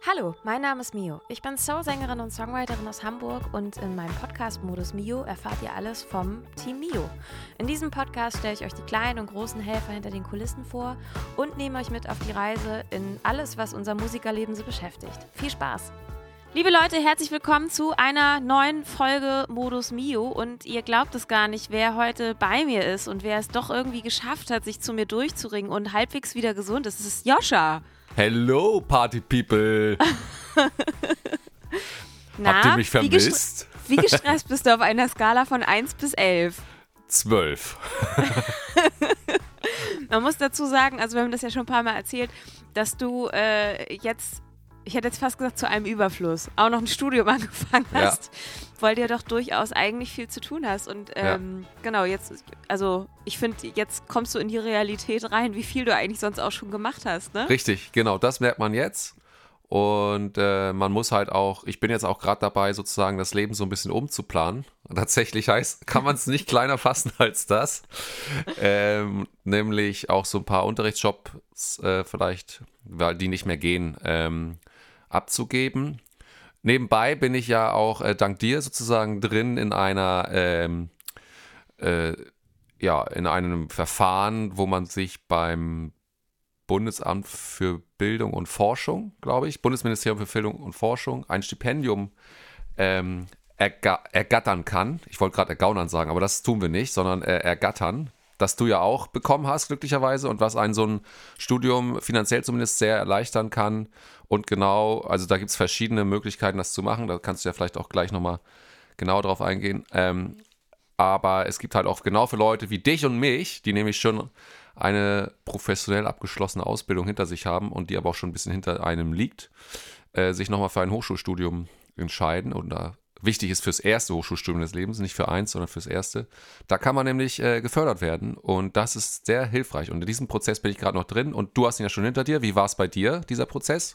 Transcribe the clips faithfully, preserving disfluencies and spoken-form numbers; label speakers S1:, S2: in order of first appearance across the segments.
S1: Hallo, mein Name ist Mio. Ich bin Soul-Sängerin und Songwriterin aus Hamburg und in meinem Podcast Modus Mio erfahrt ihr alles vom Team Mio. In diesem Podcast stelle ich euch die kleinen und großen Helfer hinter den Kulissen vor und nehme euch mit auf die Reise in alles, was unser Musikerleben so beschäftigt. Viel Spaß! Liebe Leute, herzlich willkommen zu einer neuen Folge Modus Mio und ihr glaubt es gar nicht, wer heute bei mir ist und wer es doch irgendwie geschafft hat, sich zu mir durchzuringen und halbwegs wieder gesund ist. Es ist Joscha.
S2: Hello, Party People!
S1: Na,
S2: habt ihr mich vermisst?
S1: Wie, gestre- wie gestresst bist du auf einer Skala von eins bis elf?
S2: zwölf.
S1: Man muss dazu sagen, also wir haben das ja schon ein paar Mal erzählt, dass du äh, jetzt, ich hätte jetzt fast gesagt, zu einem Überfluss auch noch ein Studium angefangen hast, ja. Weil du ja doch durchaus eigentlich viel zu tun hast. Und ähm, ja. genau, jetzt, also ich finde, jetzt kommst du in die Realität rein, wie viel du eigentlich sonst auch schon gemacht hast, ne?
S2: Richtig, genau, das merkt man jetzt. Und äh, man muss halt auch, ich bin jetzt auch gerade dabei, sozusagen das Leben so ein bisschen umzuplanen. Und tatsächlich heißt, kann man es nicht kleiner fassen als das. Ähm, nämlich auch so ein paar Unterrichtsjobs äh, vielleicht, weil die nicht mehr gehen, ähm, abzugeben. Nebenbei bin ich ja auch äh, dank dir sozusagen drin in einer, ähm, äh, ja, in einem Verfahren, wo man sich beim Bundesamt für Bildung und Forschung, glaube ich, Bundesministerium für Bildung und Forschung, ein Stipendium ähm, erga- ergattern kann. Ich wollte gerade ergaunern sagen, aber das tun wir nicht, sondern äh, ergattern, das du ja auch bekommen hast, glücklicherweise, und was ein so ein Studium finanziell zumindest sehr erleichtern kann. Und genau, also da gibt es verschiedene Möglichkeiten, das zu machen. Da kannst du ja vielleicht auch gleich nochmal genau drauf eingehen. Ähm, aber es gibt halt auch genau für Leute wie dich und mich, die nämlich schon eine professionell abgeschlossene Ausbildung hinter sich haben und die aber auch schon ein bisschen hinter einem liegt, äh, sich nochmal für ein Hochschulstudium entscheiden. Und da wichtig ist fürs erste Hochschulstudium des Lebens, nicht für eins, sondern fürs erste. Da kann man nämlich äh, gefördert werden und das ist sehr hilfreich. Und in diesem Prozess bin ich gerade noch drin und du hast ihn ja schon hinter dir. Wie war es bei dir, dieser Prozess?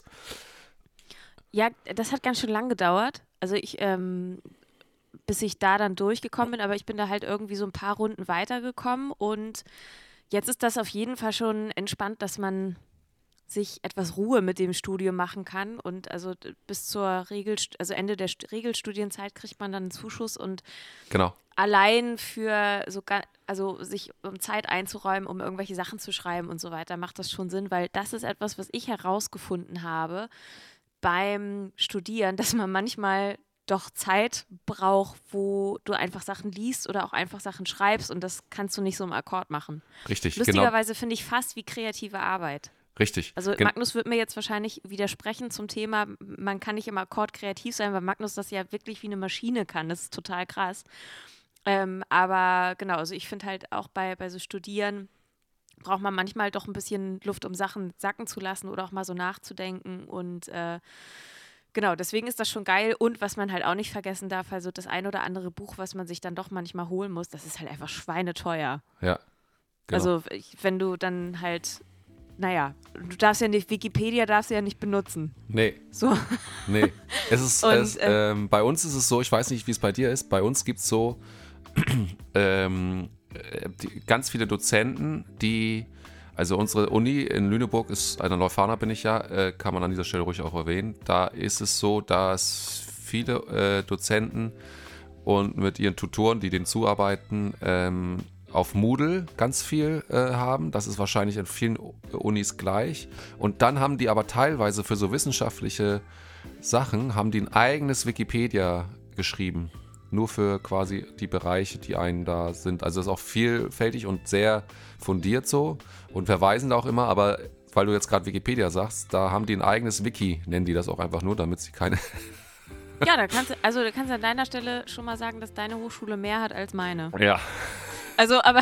S1: Ja, das hat ganz schön lang gedauert. Also ich, ähm, bis ich da dann durchgekommen bin, aber ich bin da halt irgendwie so ein paar Runden weitergekommen und jetzt ist das auf jeden Fall schon entspannt, dass man sich etwas Ruhe mit dem Studium machen kann und also bis zur Regel, also Ende der St- Regelstudienzeit kriegt man dann einen Zuschuss und
S2: genau.
S1: Allein für so, also sich um Zeit einzuräumen, um irgendwelche Sachen zu schreiben und so weiter, macht das schon Sinn, weil das ist etwas, was ich herausgefunden habe beim Studieren, dass man manchmal doch Zeit braucht, wo du einfach Sachen liest oder auch einfach Sachen schreibst und das kannst du nicht so im Akkord machen.
S2: Richtig,
S1: Lustigerweise
S2: genau.
S1: finde ich fast wie kreative Arbeit.
S2: Richtig.
S1: Also
S2: Gen-
S1: Magnus wird mir jetzt wahrscheinlich widersprechen zum Thema, man kann nicht im Akkord kreativ sein, weil Magnus das ja wirklich wie eine Maschine kann. Das ist total krass. Ähm, aber genau, also ich finde halt auch bei, bei so Studieren braucht man manchmal doch ein bisschen Luft, um Sachen sacken zu lassen oder auch mal so nachzudenken und äh, genau, deswegen ist das schon geil und was man halt auch nicht vergessen darf, also das ein oder andere Buch, was man sich dann doch manchmal holen muss, das ist halt einfach schweineteuer.
S2: Ja, genau.
S1: Also ich, wenn du dann halt, naja, du darfst ja nicht, Wikipedia darfst du ja nicht benutzen.
S2: Nee.
S1: So.
S2: Nee. Es ist,
S1: und,
S2: es,
S1: äh,
S2: ähm, bei uns ist es so, ich weiß nicht, wie es bei dir ist, bei uns gibt es so ähm, die, ganz viele Dozenten, die, also unsere Uni in Lüneburg ist, einer Leuphana bin ich ja, äh, kann man an dieser Stelle ruhig auch erwähnen, da ist es so, dass viele äh, Dozenten und mit ihren Tutoren, die denen zuarbeiten, ähm, auf Moodle ganz viel äh, haben. Das ist wahrscheinlich in vielen Unis gleich. Und dann haben die aber teilweise für so wissenschaftliche Sachen, haben die ein eigenes Wikipedia geschrieben. Nur für quasi die Bereiche, die einen da sind. Also das ist auch vielfältig und sehr fundiert so und verweisen da auch immer, aber weil du jetzt gerade Wikipedia sagst, da haben die ein eigenes Wiki, nennen die das auch einfach nur, damit sie keine...
S1: Ja, da kannst du, also da kannst du an deiner Stelle schon mal sagen, dass deine Hochschule mehr hat als meine.
S2: Ja.
S1: Also, aber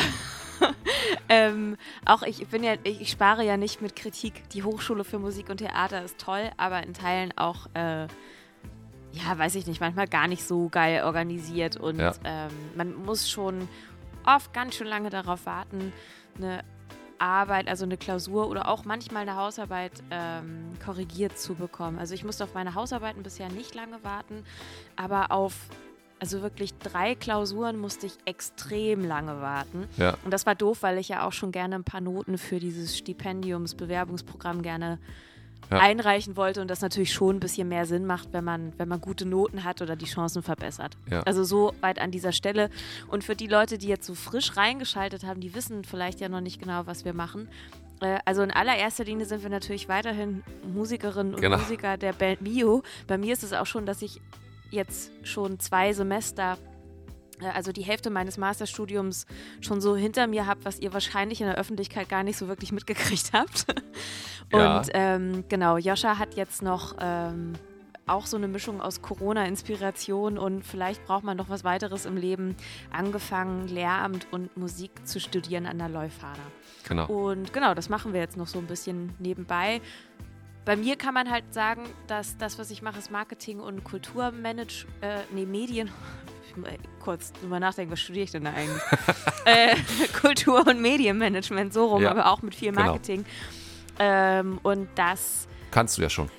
S1: ähm, auch ich bin ja, ich, ich spare ja nicht mit Kritik. Die Hochschule für Musik und Theater ist toll, aber in Teilen auch, äh, ja, weiß ich nicht, manchmal gar nicht so geil organisiert und
S2: ja.
S1: ähm, man muss schon oft ganz schön lange darauf warten, eine Arbeit, also eine Klausur oder auch manchmal eine Hausarbeit ähm, korrigiert zu bekommen. Also ich musste auf meine Hausarbeiten bisher nicht lange warten, aber auf also wirklich drei Klausuren musste ich extrem lange warten.
S2: Ja.
S1: Und das war doof, weil ich ja auch schon gerne ein paar Noten für dieses Stipendiumsbewerbungsprogramm gerne ja. einreichen wollte und das natürlich schon ein bisschen mehr Sinn macht, wenn man, wenn man gute Noten hat oder die Chancen verbessert.
S2: Ja.
S1: Also so weit an dieser Stelle. Und für die Leute, die jetzt so frisch reingeschaltet haben, die wissen vielleicht ja noch nicht genau, was wir machen. Äh, also in allererster Linie sind wir natürlich weiterhin Musikerinnen und
S2: genau.
S1: Musiker der Band Mio. Bei mir ist es auch schon, dass ich jetzt schon zwei Semester, also die Hälfte meines Masterstudiums schon so hinter mir habe, was ihr wahrscheinlich in der Öffentlichkeit gar nicht so wirklich mitgekriegt habt.
S2: Ja.
S1: Und ähm, genau, Joscha hat jetzt noch ähm, auch so eine Mischung aus Corona-Inspiration und vielleicht braucht man noch was weiteres im Leben, angefangen, Lehramt und Musik zu studieren an der Leuphana.
S2: Genau.
S1: Und genau, das machen wir jetzt noch so ein bisschen nebenbei. Bei mir kann man halt sagen, dass das, was ich mache, ist Marketing und Kulturmanagement, äh, nee, Medien. Kurz drüber nachdenken, was studiere ich denn da eigentlich? äh, Kultur- und Medienmanagement, so rum,
S2: ja,
S1: aber auch mit viel Marketing. Genau. Ähm, und das
S2: kannst du ja schon.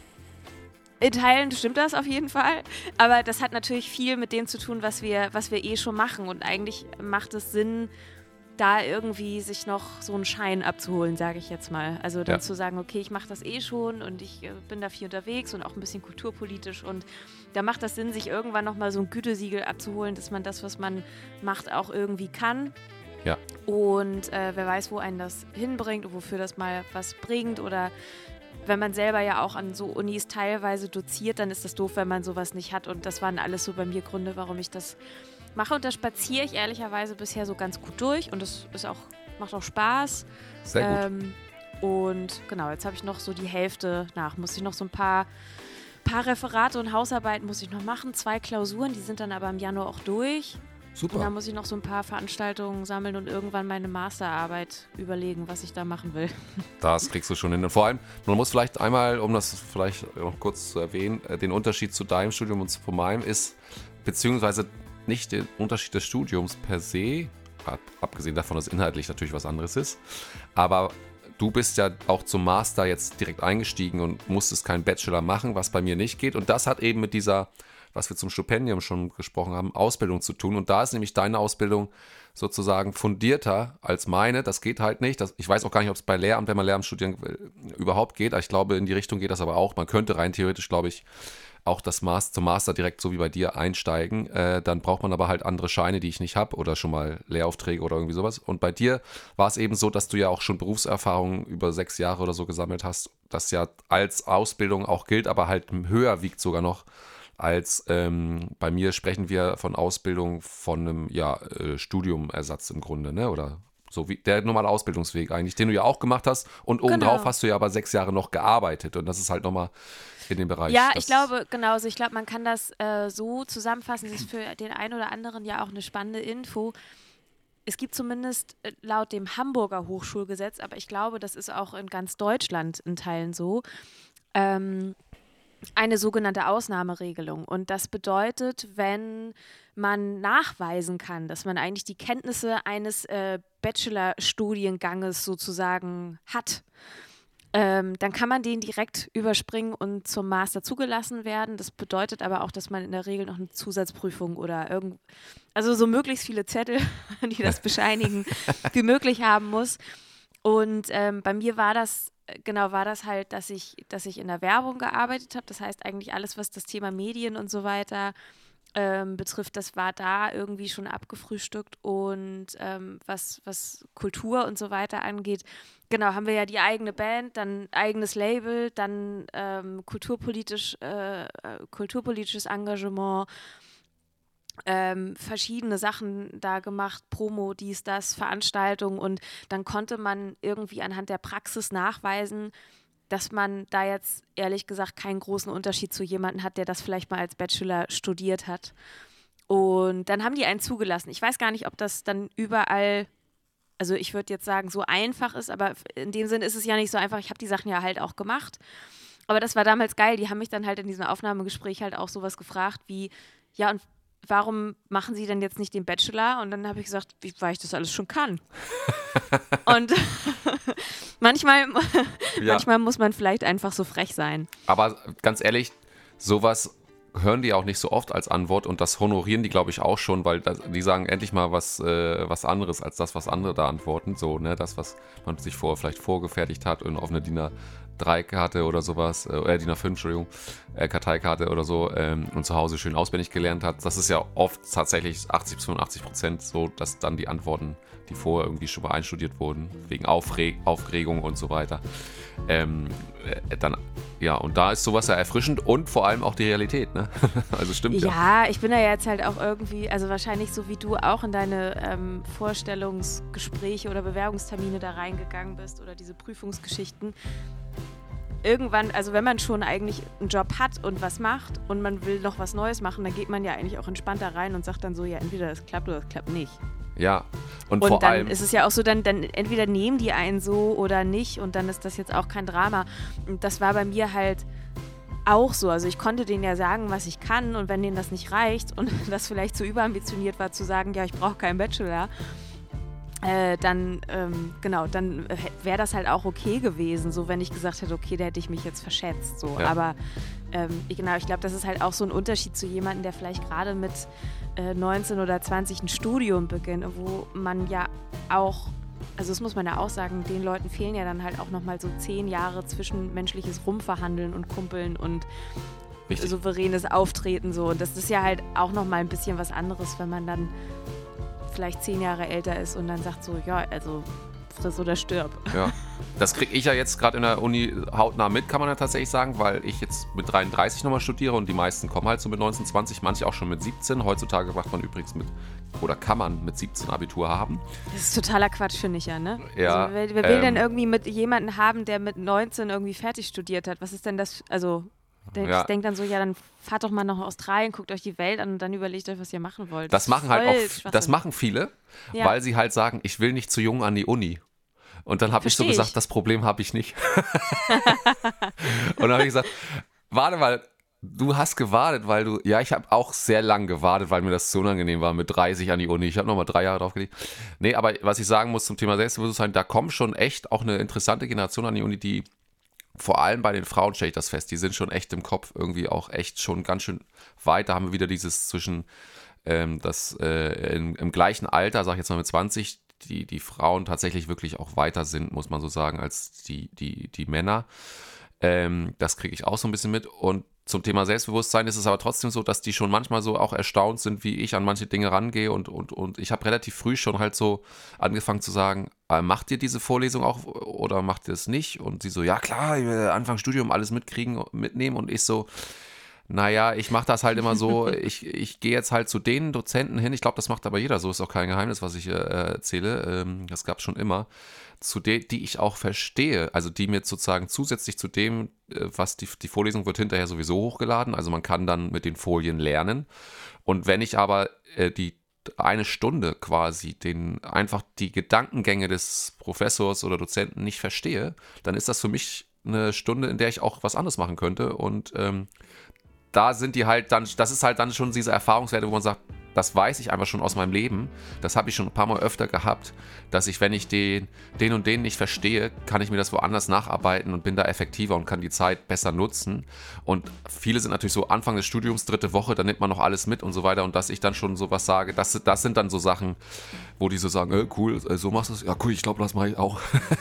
S1: In Teilen stimmt das auf jeden Fall, aber das hat natürlich viel mit dem zu tun, was wir, was wir eh schon machen. Und eigentlich macht es Sinn, da irgendwie sich noch so einen Schein abzuholen, sage ich jetzt mal. Also dann
S2: ja.
S1: zu sagen, okay, ich mache das eh schon und ich äh, bin da viel unterwegs und auch ein bisschen kulturpolitisch und da macht das Sinn, sich irgendwann nochmal so ein Gütesiegel abzuholen, dass man das, was man macht, auch irgendwie kann.
S2: Ja.
S1: Und äh, wer weiß, wo einen das hinbringt und wofür das mal was bringt oder wenn man selber ja auch an so Unis teilweise doziert, dann ist das doof, wenn man sowas nicht hat und das waren alles so bei mir Gründe, warum ich das mache und da spaziere ich ehrlicherweise bisher so ganz gut durch und das ist auch, macht auch Spaß.
S2: Sehr gut.
S1: Ähm, und genau, jetzt habe ich noch so die Hälfte nach. Muss ich noch so ein paar, paar Referate und Hausarbeiten muss ich noch machen. Zwei Klausuren, die sind dann aber im Januar auch durch.
S2: Super.
S1: Und dann muss ich noch so ein paar Veranstaltungen sammeln und irgendwann meine Masterarbeit überlegen, was ich da machen will.
S2: Das kriegst du schon hin. Und vor allem, man muss vielleicht einmal, um das vielleicht noch kurz zu erwähnen, den Unterschied zu deinem Studium und zu meinem ist, beziehungsweise nicht den Unterschied des Studiums per se, ab, abgesehen davon, dass inhaltlich natürlich was anderes ist, aber du bist ja auch zum Master jetzt direkt eingestiegen und musstest keinen Bachelor machen, was bei mir nicht geht und das hat eben mit dieser, was wir zum Stipendium schon gesprochen haben, Ausbildung zu tun und da ist nämlich deine Ausbildung sozusagen fundierter als meine, das geht halt nicht, das, ich weiß auch gar nicht, ob es bei Lehramt, wenn man Lehramt studieren will, überhaupt geht, ich glaube, in die Richtung geht das aber auch, man könnte rein theoretisch, glaube ich, auch das Master, zum Master direkt so wie bei dir einsteigen, äh, dann braucht man aber halt andere Scheine, die ich nicht habe oder schon mal Lehraufträge oder irgendwie sowas. Und bei dir war es eben so, dass du ja auch schon Berufserfahrung über sechs Jahre oder so gesammelt hast, das ja als Ausbildung auch gilt, aber halt höher wiegt sogar noch als ähm, bei mir sprechen wir von Ausbildung von einem ja, äh, Studiumersatz im Grunde, ne? Oder so wie der normale Ausbildungsweg eigentlich, den du ja auch gemacht hast und obendrauf
S1: Genau.
S2: hast du ja aber sechs Jahre noch gearbeitet und das ist halt nochmal in dem Bereich.
S1: Ja, ich glaube, genauso. Ich glaube, man kann das äh, so zusammenfassen. Das ist für den einen oder anderen ja auch eine spannende Info. Es gibt zumindest äh, laut dem Hamburger Hochschulgesetz, aber ich glaube, das ist auch in ganz Deutschland in Teilen so, ähm, eine sogenannte Ausnahmeregelung. Und das bedeutet, wenn man nachweisen kann, dass man eigentlich die Kenntnisse eines äh, Bachelorstudienganges sozusagen hat, Ähm, dann kann man den direkt überspringen und zum Master zugelassen werden. Das bedeutet aber auch, dass man in der Regel noch eine Zusatzprüfung oder irgend, also so möglichst viele Zettel, die das bescheinigen, wie möglich haben muss. Und ähm, bei mir war das, genau, war das halt, dass ich, dass ich in der Werbung gearbeitet habe. Das heißt eigentlich alles, was das Thema Medien und so weiter ähm, betrifft, das war da irgendwie schon abgefrühstückt. Und ähm, was, was Kultur und so weiter angeht, genau, haben wir ja die eigene Band, dann eigenes Label, dann ähm, kulturpolitisch, äh, kulturpolitisches Engagement, ähm, verschiedene Sachen da gemacht, Promo, dies, das, Veranstaltungen und dann konnte man irgendwie anhand der Praxis nachweisen, dass man da jetzt ehrlich gesagt keinen großen Unterschied zu jemandem hat, der das vielleicht mal als Bachelor studiert hat. Und dann haben die einen zugelassen. Ich weiß gar nicht, ob das dann überall, also ich würde jetzt sagen, so einfach ist, aber in dem Sinne ist es ja nicht so einfach. Ich habe die Sachen ja halt auch gemacht. Aber das war damals geil. Die haben mich dann halt in diesem Aufnahmegespräch halt auch sowas gefragt wie, ja, und warum machen Sie denn jetzt nicht den Bachelor? Und dann habe ich gesagt, wie, weil ich das alles schon kann. Und manchmal,
S2: Ja.
S1: manchmal muss man vielleicht einfach so frech sein.
S2: Aber ganz ehrlich, sowas hören die auch nicht so oft als Antwort und das honorieren die, glaube ich, auch schon, weil das, die sagen endlich mal was, äh, was anderes als das, was andere da antworten. So, ne, das, was man sich vorher vielleicht vorgefertigt hat und auf eine D I N A drei Karte oder sowas, äh, D I N A fünf, Entschuldigung, äh, Karteikarte oder so ähm, und zu Hause schön auswendig gelernt hat. Das ist ja oft tatsächlich achtzig bis fünfundachtzig Prozent so, dass dann die Antworten, die vorher irgendwie schon mal einstudiert wurden, wegen Aufreg- Aufregung und so weiter, ähm, äh, dann, ja, und da ist sowas ja erfrischend und vor allem auch die Realität, ne? Also stimmt ja.
S1: Ja, ich bin da jetzt halt auch irgendwie, also wahrscheinlich so wie du auch in deine ähm, Vorstellungsgespräche oder Bewerbungstermine da reingegangen bist oder diese Prüfungsgeschichten. Irgendwann, also wenn man schon eigentlich einen Job hat und was macht und man will noch was Neues machen, dann geht man ja eigentlich auch entspannter rein und sagt dann so, ja, entweder das klappt oder das klappt nicht.
S2: Ja, und,
S1: und
S2: vor
S1: dann
S2: allem
S1: ist es ja auch so, dann, dann entweder nehmen die einen so oder nicht und dann ist das jetzt auch kein Drama. Und das war bei mir halt auch so. Also ich konnte denen ja sagen, was ich kann und wenn denen das nicht reicht und das vielleicht zu überambitioniert war, zu sagen, ja, ich brauche keinen Bachelor, äh, dann, ähm, genau, dann äh, wäre das halt auch okay gewesen, so wenn ich gesagt hätte, okay, da hätte ich mich jetzt verschätzt. So.
S2: Ja.
S1: Aber ähm, ich, genau, ich glaube, das ist halt auch so ein Unterschied zu jemandem, der vielleicht gerade mit äh, neunzehn oder zwanzig ein Studium beginnt, wo man ja auch, also das muss man ja auch sagen, den Leuten fehlen ja dann halt auch nochmal so zehn Jahre zwischenmenschliches Rumverhandeln und Kumpeln und
S2: Richtig.
S1: souveränes Auftreten so. Und das ist ja halt auch nochmal ein bisschen was anderes, wenn man dann vielleicht zehn Jahre älter ist und dann sagt so, ja, also friss oder stirb.
S2: Ja, das kriege ich ja jetzt gerade in der Uni hautnah mit, kann man ja tatsächlich sagen, weil ich jetzt mit dreiunddreißig nochmal studiere und die meisten kommen halt so mit neunzehn, zwanzig, manche auch schon mit siebzehn. Heutzutage macht man übrigens mit, oder kann man mit siebzehn Abitur haben.
S1: Das ist totaler Quatsch, finde ich ja, ne?
S2: Ja,
S1: also, wer, wer will
S2: ähm,
S1: denn irgendwie mit jemandem haben, der mit neunzehn irgendwie fertig studiert hat? Was ist denn das, also ich
S2: Ja.
S1: denke dann so, ja, dann fahrt doch mal nach Australien, guckt euch die Welt an und dann überlegt euch, was ihr machen wollt.
S2: Das machen halt
S1: voll
S2: auch,
S1: Schwachsinn.
S2: das machen viele,
S1: Ja.
S2: weil sie halt sagen, ich will nicht zu jung an die Uni. Und dann habe ich so
S1: Versteh
S2: gesagt,
S1: ich.
S2: das Problem habe ich nicht. Und dann habe ich gesagt, warte mal, du hast gewartet, weil du, ja, ich habe auch sehr lang gewartet, weil mir das so unangenehm war mit dreißig an die Uni. Ich habe nochmal drei Jahre draufgelegt. Nee, aber was ich sagen muss zum Thema Selbstbewusstsein, da kommt schon echt auch eine interessante Generation an die Uni, die vor allem bei den Frauen stelle ich das fest, die sind schon echt im Kopf irgendwie auch echt schon ganz schön weit. Da haben wir wieder dieses zwischen, ähm, das äh, in, im gleichen Alter, sag ich jetzt mal mit zwanzig, die, die Frauen tatsächlich wirklich auch weiter sind, muss man so sagen, als die, die, die Männer. Ähm, das kriege ich auch so ein bisschen mit. Und zum Thema Selbstbewusstsein ist es aber trotzdem so, dass die schon manchmal so auch erstaunt sind, wie ich an manche Dinge rangehe. Und, und, und ich habe relativ früh schon halt so angefangen zu sagen, äh, macht ihr diese Vorlesung auch oder macht ihr es nicht? Und sie so, ja klar, ich will Anfang Studium alles mitkriegen, mitnehmen. Und ich so, naja, ich mache das halt immer so, ich, ich gehe jetzt halt zu den Dozenten hin, ich glaube, das macht aber jeder so, ist auch kein Geheimnis, was ich äh, erzähle, ähm, das gab es schon immer, zu denen, die ich auch verstehe, also die mir sozusagen zusätzlich zu dem, äh, was die, die Vorlesung wird hinterher sowieso hochgeladen, also man kann dann mit den Folien lernen und wenn ich aber äh, die eine Stunde quasi den einfach die Gedankengänge des Professors oder Dozenten nicht verstehe, dann ist das für mich eine Stunde, in der ich auch was anderes machen könnte und ähm, da sind die halt dann, das ist halt dann schon diese Erfahrungswerte, wo man sagt, das weiß ich einfach schon aus meinem Leben, das habe ich schon ein paar Mal öfter gehabt, dass ich, wenn ich den, den und den nicht verstehe, kann ich mir das woanders nacharbeiten und bin da effektiver und kann die Zeit besser nutzen. Und viele sind natürlich so Anfang des Studiums, dritte Woche, da nimmt man noch alles mit und so weiter und dass ich dann schon sowas sage, das, das sind dann so Sachen, wo die so sagen, äh, cool, äh, so machst du es, ja cool, ich glaube, das mache ich auch.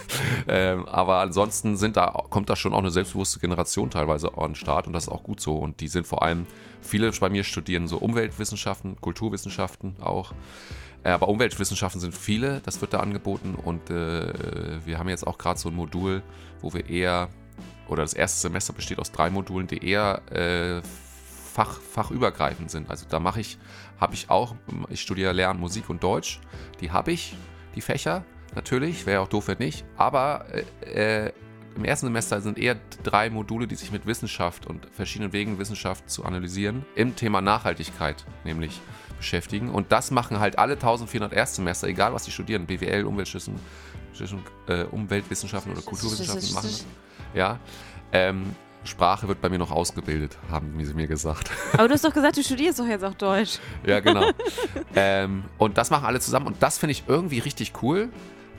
S2: ähm, aber ansonsten sind da, kommt da schon auch eine selbstbewusste Generation teilweise an den Start und das ist auch gut so und die sind vor allem, viele bei mir studieren so Umweltwissenschaften, Kulturwissenschaften auch. Aber Umweltwissenschaften sind viele, das wird da angeboten und äh, wir haben jetzt auch gerade so ein Modul, wo wir eher, oder das erste Semester besteht aus drei Modulen, die eher äh, fach, fachübergreifend sind. Also da mache ich, habe ich auch, ich studiere Lehramt, Musik und Deutsch, die habe ich, die Fächer natürlich, wäre auch doof, wenn nicht, aber äh, im ersten Semester sind eher drei Module, die sich mit Wissenschaft und verschiedenen Wegen Wissenschaft zu analysieren, im Thema Nachhaltigkeit nämlich beschäftigen. Und das machen halt alle eintausendvierhundert Erstsemester, egal was die studieren, B W L, Umweltwissenschaften, äh, Umweltwissenschaften oder Kulturwissenschaften machen. Ja, ähm, Sprache wird bei mir noch ausgebildet, haben sie mir gesagt.
S1: Aber du hast doch gesagt, du studierst doch jetzt auch Deutsch.
S2: Ja, genau. ähm, und das machen alle zusammen und das finde ich irgendwie richtig cool,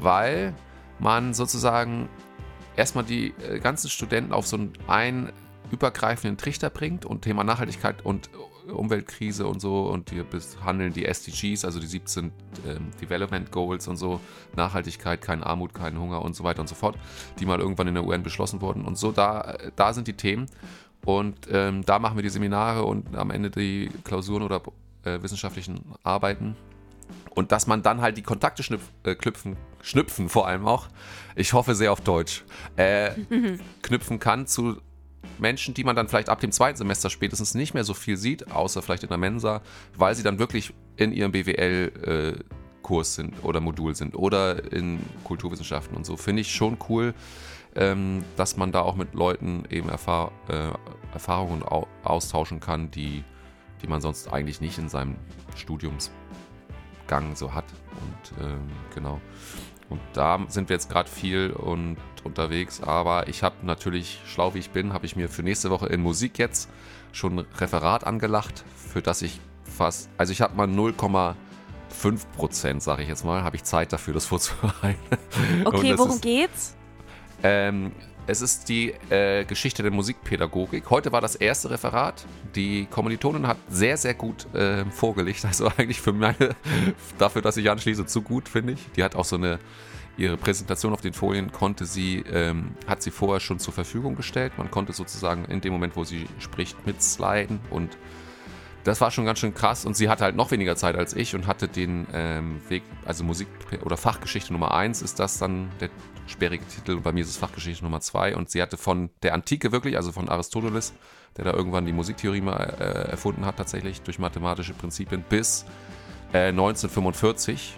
S2: weil man sozusagen erstmal die äh, ganzen Studenten auf so einen übergreifenden Trichter bringt und Thema Nachhaltigkeit und Umweltkrise und so, und wir behandeln die S D Gs, also die siebzehn ähm, Development Goals und so, Nachhaltigkeit, keine Armut, keinen Hunger und so weiter und so fort, die mal irgendwann in der U N beschlossen wurden und so, da, da sind die Themen und ähm, da machen wir die Seminare und am Ende die Klausuren oder äh, wissenschaftlichen Arbeiten. Und dass man dann halt die Kontakte schnüpf, äh, knüpfen, schnüpfen vor allem auch, ich hoffe sehr auf Deutsch, äh, knüpfen kann zu Menschen, die man dann vielleicht ab dem zweiten Semester spätestens nicht mehr so viel sieht, außer vielleicht in der Mensa, weil sie dann wirklich in ihrem B W L-Kurs sind oder Modul sind oder in Kulturwissenschaften und so. Finde ich schon cool, ähm, dass man da auch mit Leuten eben Erfahr- äh, Erfahrungen au- austauschen kann, die, die man sonst eigentlich nicht in seinem Studiumsgang so hat. Und ähm, genau. Und da sind wir jetzt gerade viel und unterwegs, aber ich habe natürlich, schlau wie ich bin, habe ich mir für nächste Woche in Musik jetzt schon ein Referat angelacht, für das ich fast, also ich habe mal null Komma fünf Prozent, sage ich jetzt mal, habe ich Zeit dafür, das vorzubereiten.
S1: Okay, worum ist, geht's?
S2: Ähm, es ist die äh, Geschichte der Musikpädagogik. Heute war das erste Referat. Die Kommilitonin hat sehr, sehr gut äh, vorgelegt. Also eigentlich für meine, dafür, dass ich anschließe, zu gut, finde ich. Die hat auch so eine, ihre Präsentation auf den Folien konnte sie, ähm, hat sie vorher schon zur Verfügung gestellt. Man konnte sozusagen in dem Moment, wo sie spricht, mitsliden und das war schon ganz schön krass und sie hatte halt noch weniger Zeit als ich und hatte den ähm, Weg, also Musik- oder Fachgeschichte Nummer eins ist das dann der sperrige Titel und bei mir ist es Fachgeschichte Nummer zwei und sie hatte von der Antike wirklich, also von Aristoteles, der da irgendwann die Musiktheorie mal äh, erfunden hat tatsächlich durch mathematische Prinzipien, bis äh, neunzehnhundertfünfundvierzig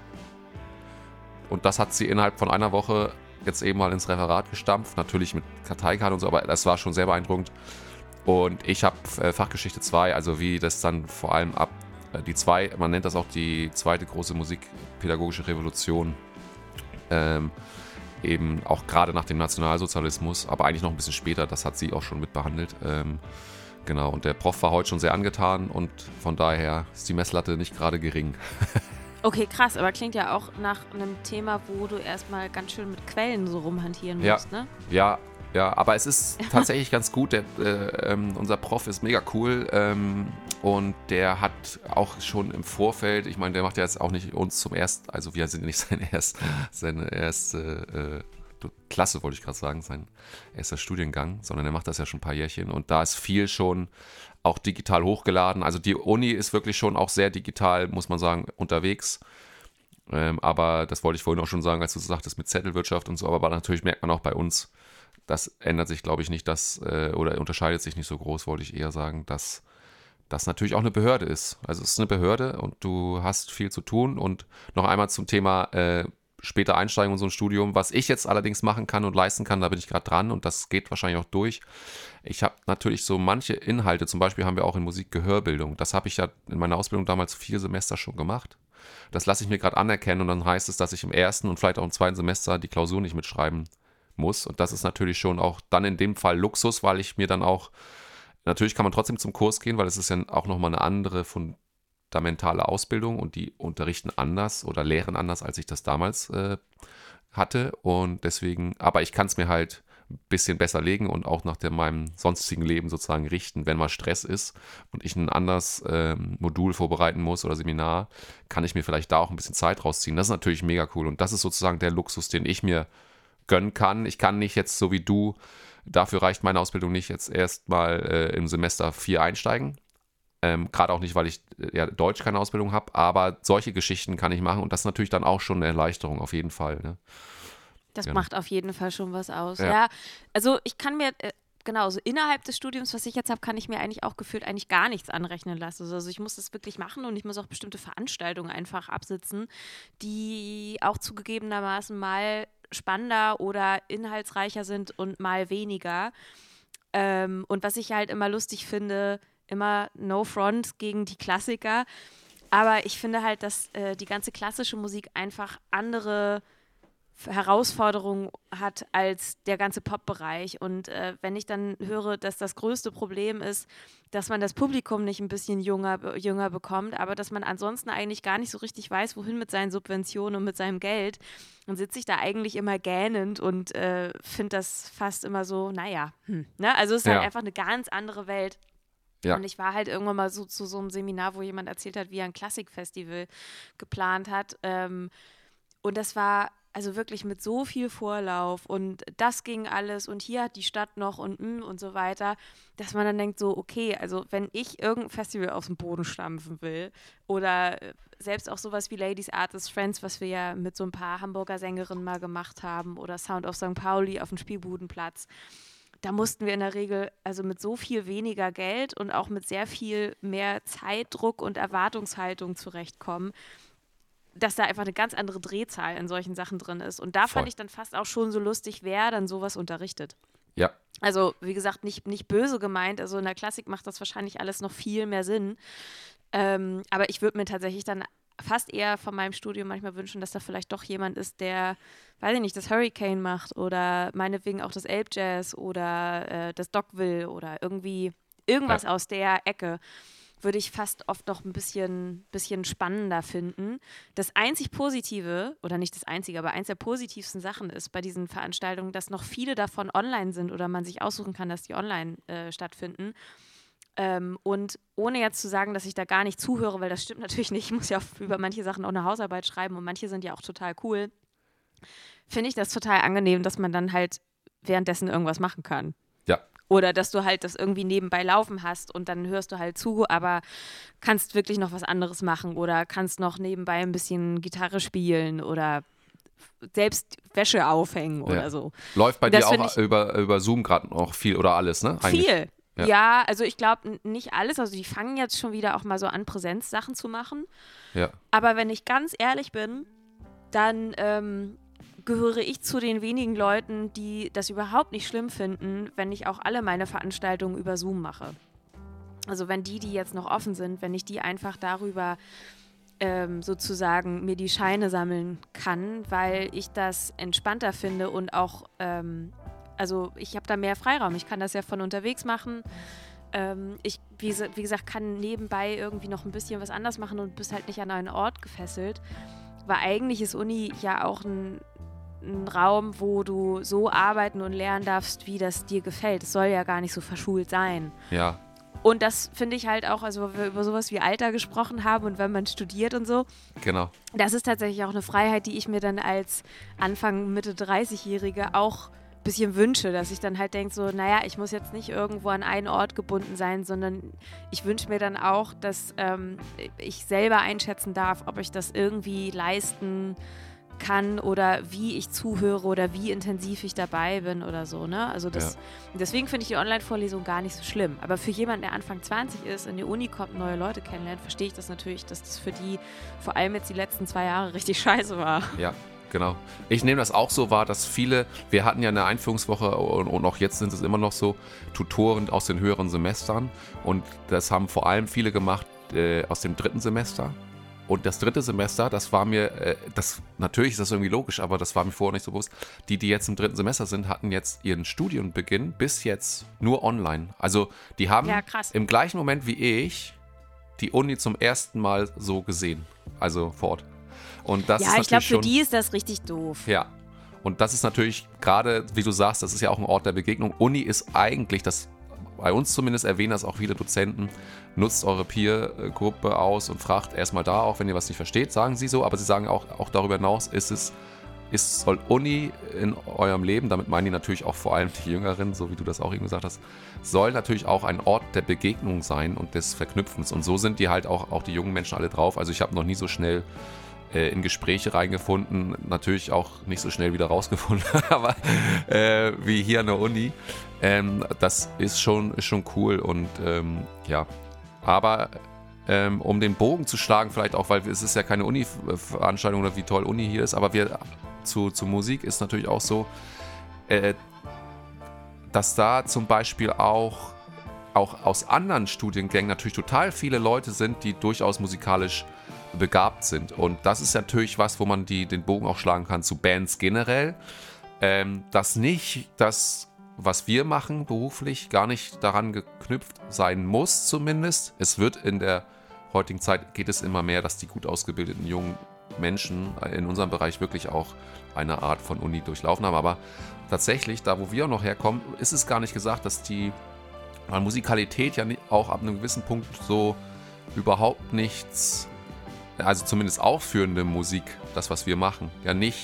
S2: und das hat sie innerhalb von einer Woche jetzt eben mal ins Referat gestampft, natürlich mit Karteikarten und so, aber das war schon sehr beeindruckend. Und ich habe äh, Fachgeschichte zwei, also wie das dann vor allem ab, äh, die zwei, man nennt das auch die zweite große musikpädagogische Revolution, ähm, eben auch gerade nach dem Nationalsozialismus, aber eigentlich noch ein bisschen später, das hat sie auch schon mit behandelt. Ähm, genau, und der Prof war heute schon sehr angetan und von daher ist die Messlatte nicht gerade gering.
S1: Okay, krass, aber klingt ja auch nach einem Thema, wo du erstmal ganz schön mit Quellen so rumhantieren musst,
S2: ja,
S1: ne?
S2: Ja, ja, aber es ist tatsächlich ganz gut. Der, äh, ähm, unser Prof ist mega cool ähm, und der hat auch schon im Vorfeld, ich meine, der macht ja jetzt auch nicht uns zum ersten, also wir sind nicht seine, erst, seine erste äh, Klasse, wollte ich gerade sagen, sein erster Studiengang, sondern er macht das ja schon ein paar Jährchen und da ist viel schon auch digital hochgeladen. Also die Uni ist wirklich schon auch sehr digital, muss man sagen, unterwegs. Ähm, aber das wollte ich vorhin auch schon sagen, als du sagtest mit Zettelwirtschaft und so, aber natürlich merkt man auch bei uns, das ändert sich, glaube ich, nicht, dass, äh, oder unterscheidet sich nicht so groß, wollte ich eher sagen, dass das natürlich auch eine Behörde ist. Also es ist eine Behörde und du hast viel zu tun. Und noch einmal zum Thema äh, später Einsteigen in so ein Studium, was ich jetzt allerdings machen kann und leisten kann, da bin ich gerade dran und das geht wahrscheinlich auch durch. Ich habe natürlich so manche Inhalte, zum Beispiel haben wir auch in Musik Gehörbildung. Das habe ich ja in meiner Ausbildung damals vier Semester schon gemacht. Das lasse ich mir gerade anerkennen und dann heißt es, dass ich im ersten und vielleicht auch im zweiten Semester die Klausur nicht mitschreiben muss. Und das ist natürlich schon auch dann in dem Fall Luxus, weil ich mir dann auch, natürlich kann man trotzdem zum Kurs gehen, weil es ist ja auch nochmal eine andere fundamentale Ausbildung und die unterrichten anders oder lehren anders, als ich das damals äh, hatte. Und deswegen, aber ich kann es mir halt ein bisschen besser legen und auch nach der, meinem sonstigen Leben sozusagen richten. Wenn mal Stress ist und ich ein anderes ähm, Modul vorbereiten muss oder Seminar, kann ich mir vielleicht da auch ein bisschen Zeit rausziehen. Das ist natürlich mega cool und das ist sozusagen der Luxus, den ich mir gönnen kann. Ich kann nicht jetzt so wie du, dafür reicht meine Ausbildung nicht, jetzt erst mal äh, im Semester vier einsteigen. Ähm, Gerade auch nicht, weil ich äh, ja, Deutsch keine Ausbildung habe, aber solche Geschichten kann ich machen und das ist natürlich dann auch schon eine Erleichterung, auf jeden Fall. Ne?
S1: Das
S2: ja.
S1: macht auf jeden Fall schon was aus.
S2: Ja,
S1: ja also ich kann mir, äh, genau, so innerhalb des Studiums, was ich jetzt habe, kann ich mir eigentlich auch gefühlt eigentlich gar nichts anrechnen lassen. Also ich muss das wirklich machen und ich muss auch bestimmte Veranstaltungen einfach absitzen, die auch zugegebenermaßen mal spannender oder inhaltsreicher sind und mal weniger. Ähm, und was ich halt immer lustig finde, immer no front gegen die Klassiker, aber ich finde halt, dass äh, die ganze klassische Musik einfach andere Herausforderungen hat als der ganze Pop-Bereich. Und äh, wenn ich dann höre, dass das größte Problem ist, dass man das Publikum nicht ein bisschen jünger, jünger bekommt, aber dass man ansonsten eigentlich gar nicht so richtig weiß, wohin mit seinen Subventionen und mit seinem Geld, dann sitze ich da eigentlich immer gähnend und äh, finde das fast immer so, naja, hm, ne? Also es ist
S2: Ja.
S1: halt einfach eine ganz andere Welt.
S2: Ja.
S1: Und ich war halt irgendwann mal so zu so einem Seminar, wo jemand erzählt hat, wie er ein Klassikfestival geplant hat. Ähm, und das war also wirklich mit so viel Vorlauf und das ging alles und hier hat die Stadt noch und mm, und so weiter, dass man dann denkt so, okay, also wenn ich irgendein Festival aus dem Boden stampfen will oder selbst auch sowas wie Ladies Artists Friends, was wir ja mit so ein paar Hamburger Sängerinnen mal gemacht haben oder Sound of Sankt Pauli auf dem Spielbudenplatz, da mussten wir in der Regel also mit so viel weniger Geld und auch mit sehr viel mehr Zeitdruck und Erwartungshaltung zurechtkommen, dass da einfach eine ganz andere Drehzahl in solchen Sachen drin ist. Und da
S2: Voll.
S1: fand ich dann fast auch schon so lustig, wer dann sowas unterrichtet.
S2: Ja.
S1: Also, wie gesagt, nicht, nicht böse gemeint. Also in der Klassik macht das wahrscheinlich alles noch viel mehr Sinn. Ähm, aber ich würde mir tatsächlich dann fast eher von meinem Studium manchmal wünschen, dass da vielleicht doch jemand ist, der, weiß ich nicht, das Hurricane macht oder meinetwegen auch das Elbjazz oder äh, das Dogville oder irgendwie irgendwas
S2: Ja.
S1: aus der Ecke. Würde ich fast oft noch ein bisschen, bisschen spannender finden. Das einzig Positive, oder nicht das einzige, aber eins der positivsten Sachen ist bei diesen Veranstaltungen, dass noch viele davon online sind oder man sich aussuchen kann, dass die online äh, stattfinden. Ähm, und ohne jetzt zu sagen, dass ich da gar nicht zuhöre, weil das stimmt natürlich nicht, ich muss ja auch über manche Sachen auch eine Hausarbeit schreiben und manche sind ja auch total cool, finde ich das total angenehm, dass man dann halt währenddessen irgendwas machen kann.
S2: Ja.
S1: Oder dass du halt das irgendwie nebenbei laufen hast und dann hörst du halt zu, aber kannst wirklich noch was anderes machen oder kannst noch nebenbei ein bisschen Gitarre spielen oder selbst Wäsche aufhängen oder
S2: Ja.
S1: so.
S2: Läuft bei
S1: Das
S2: dir
S1: find
S2: auch
S1: ich-
S2: über, über Zoom gerade noch viel oder alles, ne? Eigentlich.
S1: Viel.
S2: Ja.
S1: Ja, also ich glaube nicht alles. Also die fangen jetzt schon wieder auch mal so an, Präsenzsachen zu machen.
S2: Ja.
S1: Aber wenn ich ganz ehrlich bin, dann ähm, gehöre ich zu den wenigen Leuten, die das überhaupt nicht schlimm finden, wenn ich auch alle meine Veranstaltungen über Zoom mache. Also wenn die, die jetzt noch offen sind, wenn ich die einfach darüber ähm, sozusagen mir die Scheine sammeln kann, weil ich das entspannter finde und auch, ähm, also ich habe da mehr Freiraum. Ich kann das ja von unterwegs machen. Ähm, ich, wie, wie gesagt, kann nebenbei irgendwie noch ein bisschen was anders machen und bist halt nicht an einen Ort gefesselt. Weil eigentlich ist Uni ja auch ein, ein Raum, wo du so arbeiten und lernen darfst, wie das dir gefällt. Es soll ja gar nicht so verschult sein.
S2: Ja.
S1: Und das finde ich halt auch, also wo wir über sowas wie Alter gesprochen haben und wenn man studiert und so,
S2: Genau.
S1: das ist tatsächlich auch eine Freiheit, die ich mir dann als Anfang, Mitte dreißig-Jährige auch ein bisschen wünsche, dass ich dann halt denke so, naja, ich muss jetzt nicht irgendwo an einen Ort gebunden sein, sondern ich wünsche mir dann auch, dass ähm, ich selber einschätzen darf, ob ich das irgendwie leisten kann oder wie ich zuhöre oder wie intensiv ich dabei bin oder so, ne? Also das,
S2: Ja.
S1: deswegen finde ich die Online-Vorlesung gar nicht so schlimm. Aber für jemanden, der Anfang zwanzig ist, in die Uni kommt, neue Leute kennenlernt, verstehe ich das natürlich, dass das für die vor allem jetzt die letzten zwei Jahre richtig scheiße war.
S2: Ja, genau. Ich nehme das auch so wahr, dass viele, wir hatten ja eine Einführungswoche und, und auch jetzt sind es immer noch so, Tutoren aus den höheren Semestern und das haben vor allem viele gemacht äh, aus dem dritten Semester. Und das dritte Semester, das war mir, äh, das natürlich ist das irgendwie logisch, aber das war mir vorher nicht so bewusst. Die, die jetzt im dritten Semester sind, hatten jetzt ihren Studienbeginn bis jetzt nur online. Also die haben
S1: Ja, krass.
S2: im gleichen Moment wie ich die Uni zum ersten Mal so gesehen, also vor Ort. Und das
S1: Ja,
S2: ist
S1: ich
S2: natürlich
S1: glaube, für
S2: schon,
S1: die ist das richtig doof.
S2: ja. Und das ist natürlich gerade, wie du sagst, das ist ja auch ein Ort der Begegnung. Uni ist eigentlich, das bei uns zumindest erwähnen das auch viele Dozenten, nutzt eure Peer-Gruppe aus und fragt erstmal da auch, wenn ihr was nicht versteht, sagen sie so, aber sie sagen auch, auch darüber hinaus ist es, ist, soll Uni in eurem Leben, damit meinen die natürlich auch vor allem die Jüngeren, so wie du das auch eben gesagt hast, soll natürlich auch ein Ort der Begegnung sein und des Verknüpfens und so sind die halt auch, auch die jungen Menschen alle drauf. Also ich habe noch nie so schnell äh, in Gespräche reingefunden, natürlich auch nicht so schnell wieder rausgefunden, aber äh, wie hier an der Uni. Ähm, das ist schon, ist schon cool und ähm, ja, aber ähm, um den Bogen zu schlagen, vielleicht auch, weil es ist ja keine Uni-Veranstaltung oder wie toll Uni hier ist, aber wir zu, zu Musik ist natürlich auch so, äh, dass da zum Beispiel auch, auch aus anderen Studiengängen natürlich total viele Leute sind, die durchaus musikalisch begabt sind. Und das ist natürlich was, wo man die, den Bogen auch schlagen kann zu Bands generell. Ähm, dass nicht das, was wir machen beruflich, gar nicht daran geknüpft sein muss zumindest. Es wird in der heutigen Zeit, geht es immer mehr, dass die gut ausgebildeten jungen Menschen in unserem Bereich wirklich auch eine Art von Uni durchlaufen haben. Aber tatsächlich, da wo wir auch noch herkommen, ist es gar nicht gesagt, dass die weil Musikalität ja auch ab einem gewissen Punkt so überhaupt nichts, also zumindest aufführende Musik, das was wir machen, ja nicht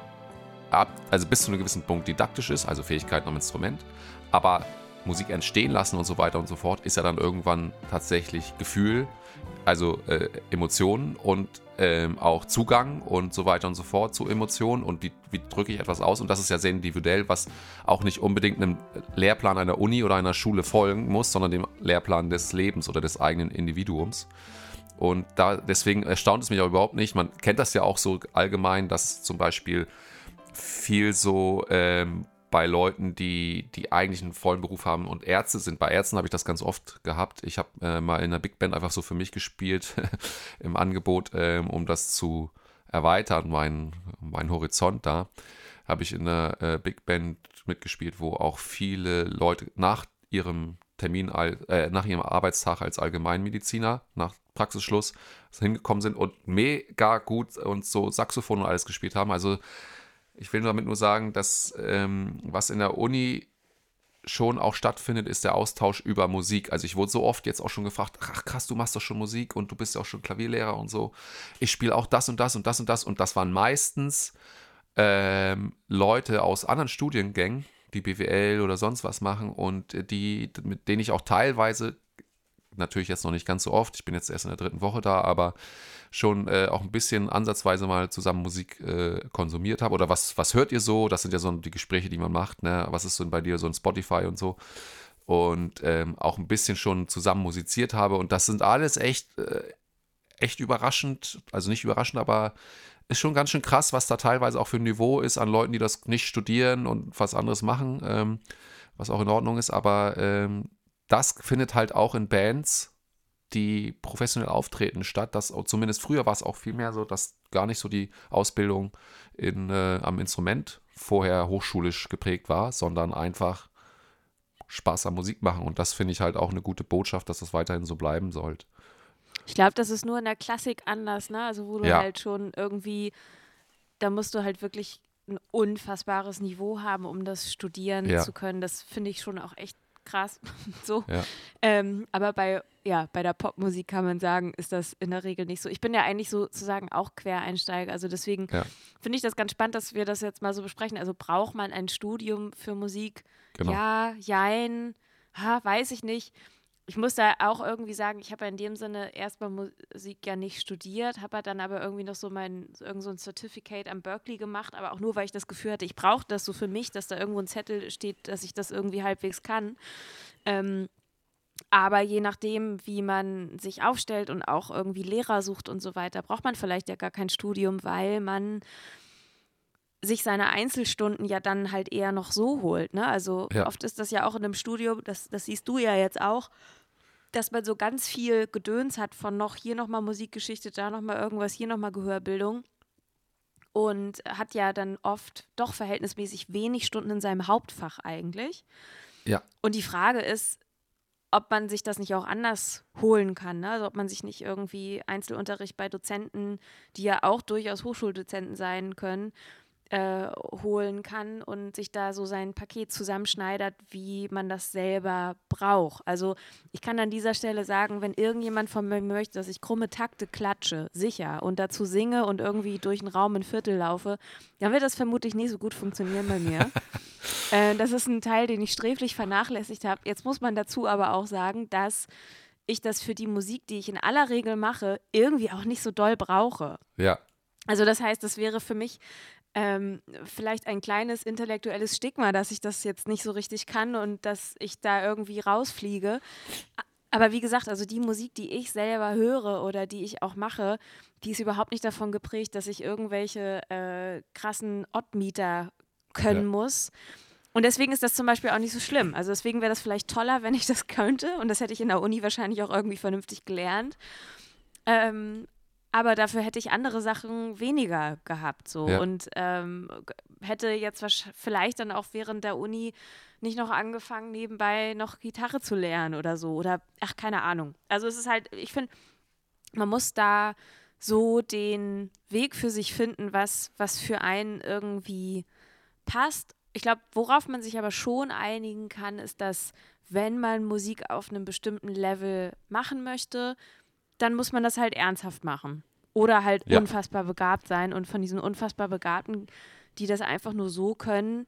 S2: ab, also bis zu einem gewissen Punkt didaktisch ist, also Fähigkeiten am Instrument, aber Musik entstehen lassen und so weiter und so fort, ist ja dann irgendwann tatsächlich Gefühl, also äh, Emotionen und ähm, auch Zugang und so weiter und so fort zu Emotionen und wie, wie drücke ich etwas aus und das ist ja sehr individuell, was auch nicht unbedingt einem Lehrplan einer Uni oder einer Schule folgen muss, sondern dem Lehrplan des Lebens oder des eigenen Individuums. Und da, deswegen erstaunt es mich auch überhaupt nicht, man kennt das ja auch so allgemein, dass zum Beispiel viel so ähm, bei Leuten, die, die eigentlich einen vollen Beruf haben und Ärzte sind. Bei Ärzten habe ich das ganz oft gehabt. Ich habe äh, mal in einer Big Band einfach so für mich gespielt im Angebot, ähm, um das zu erweitern, mein, mein Horizont da. Habe ich in einer äh, Big Band mitgespielt, wo auch viele Leute nach ihrem Termin, äh, nach ihrem Arbeitstag als Allgemeinmediziner, nach Praxisschluss hingekommen sind und mega gut und so Saxophon und alles gespielt haben. Also ich will damit nur sagen, dass ähm, was in der Uni schon auch stattfindet, ist der Austausch über Musik. Also ich wurde so oft jetzt auch schon gefragt, ach krass, du machst doch schon Musik und du bist ja auch schon Klavierlehrer und so. Ich spiele auch das und das und das und das und das waren meistens ähm, Leute aus anderen Studiengängen, die B W L oder sonst was machen und die, mit denen ich auch teilweise, natürlich jetzt noch nicht ganz so oft, ich bin jetzt erst in der dritten Woche da, aber schon äh, auch ein bisschen ansatzweise mal zusammen Musik äh, konsumiert habe. Oder was, was hört ihr so? Das sind ja so die Gespräche, die man macht. Ne? Was ist so bei dir so ein Spotify und so? Und ähm, auch ein bisschen schon zusammen musiziert habe. Und das sind alles echt, äh, echt überraschend. Also nicht überraschend, aber ist schon ganz schön krass, was da teilweise auch für ein Niveau ist an Leuten, die das nicht studieren und was anderes machen, ähm, was auch in Ordnung ist. Aber ähm, das findet halt auch in Bands, die professionell auftreten, statt. Das, zumindest früher war es auch viel mehr so, dass gar nicht so die Ausbildung in, äh, am Instrument vorher hochschulisch geprägt war, sondern einfach Spaß am Musik machen. Und das finde ich halt auch eine gute Botschaft, dass das weiterhin so bleiben sollte.
S1: Ich glaube, das ist nur in der Klassik anders, ne? Also wo du
S2: Ja.
S1: halt schon irgendwie, da musst du halt wirklich ein unfassbares Niveau haben, um das studieren
S2: Ja.
S1: zu können. Das finde ich schon auch echt krass. so.
S2: Ja.
S1: Ähm, aber bei, ja, bei der Popmusik kann man sagen, ist das in der Regel nicht so. Ich bin ja eigentlich sozusagen auch Quereinsteiger, also deswegen
S2: Ja.
S1: finde ich das ganz spannend, dass wir das jetzt mal so besprechen. Also braucht man ein Studium für Musik?
S2: Genau.
S1: Ja, jein, ha, weiß ich nicht. Ich muss da auch irgendwie sagen, ich habe ja in dem Sinne erstmal Musik ja nicht studiert, habe dann aber irgendwie noch so mein, irgend so ein Certificate am Berklee gemacht, aber auch nur, weil ich das Gefühl hatte, ich brauche das so für mich, dass da irgendwo ein Zettel steht, dass ich das irgendwie halbwegs kann. Ähm, aber je nachdem, wie man sich aufstellt und auch irgendwie Lehrer sucht und so weiter, braucht man vielleicht ja gar kein Studium, weil man sich seine Einzelstunden ja dann halt eher noch so holt. Ne? Also
S2: Ja.
S1: oft ist das ja auch in einem Studium, das, das siehst du ja jetzt auch, dass man so ganz viel Gedöns hat von noch hier nochmal Musikgeschichte, da nochmal irgendwas, hier nochmal Gehörbildung und hat ja dann oft doch verhältnismäßig wenig Stunden in seinem Hauptfach eigentlich.
S2: Ja.
S1: Und die Frage ist, ob man sich das nicht auch anders holen kann, ne? Also ob man sich nicht irgendwie Einzelunterricht bei Dozenten, die ja auch durchaus Hochschuldozenten sein können, Äh, holen kann und sich da so sein Paket zusammenschneidert, wie man das selber braucht. Also ich kann an dieser Stelle sagen, wenn irgendjemand von mir möchte, dass ich krumme Takte klatsche, sicher, und dazu singe und irgendwie durch den Raum in Viertel laufe, dann wird das vermutlich nicht so gut funktionieren bei mir. äh, das ist ein Teil, den ich sträflich vernachlässigt habe. Jetzt muss man dazu aber auch sagen, dass ich das für die Musik, die ich in aller Regel mache, irgendwie auch nicht so doll brauche.
S2: Ja.
S1: Also das heißt, das wäre für mich Ähm, vielleicht ein kleines intellektuelles Stigma, dass ich das jetzt nicht so richtig kann und dass ich da irgendwie rausfliege. Aber wie gesagt, also die Musik, die ich selber höre oder die ich auch mache, die ist überhaupt nicht davon geprägt, dass ich irgendwelche äh, krassen Oddmieter können
S2: Ja.
S1: muss. Und deswegen ist das zum Beispiel auch nicht so schlimm. Also deswegen wäre das vielleicht toller, wenn ich das könnte. Und das hätte ich in der Uni wahrscheinlich auch irgendwie vernünftig gelernt. Ähm, aber dafür hätte ich andere Sachen weniger gehabt. So.
S2: Ja.
S1: Und ähm, hätte jetzt vielleicht dann auch während der Uni nicht noch angefangen, nebenbei noch Gitarre zu lernen oder so. Oder, ach, keine Ahnung. Also es ist halt, ich finde, man muss da so den Weg für sich finden, was, was für einen irgendwie passt. Ich glaube, worauf man sich aber schon einigen kann, ist, dass wenn man Musik auf einem bestimmten Level machen möchte, dann muss man das halt ernsthaft machen. Oder halt
S2: Ja.
S1: unfassbar begabt sein. Und von diesen unfassbar Begabten, die das einfach nur so können,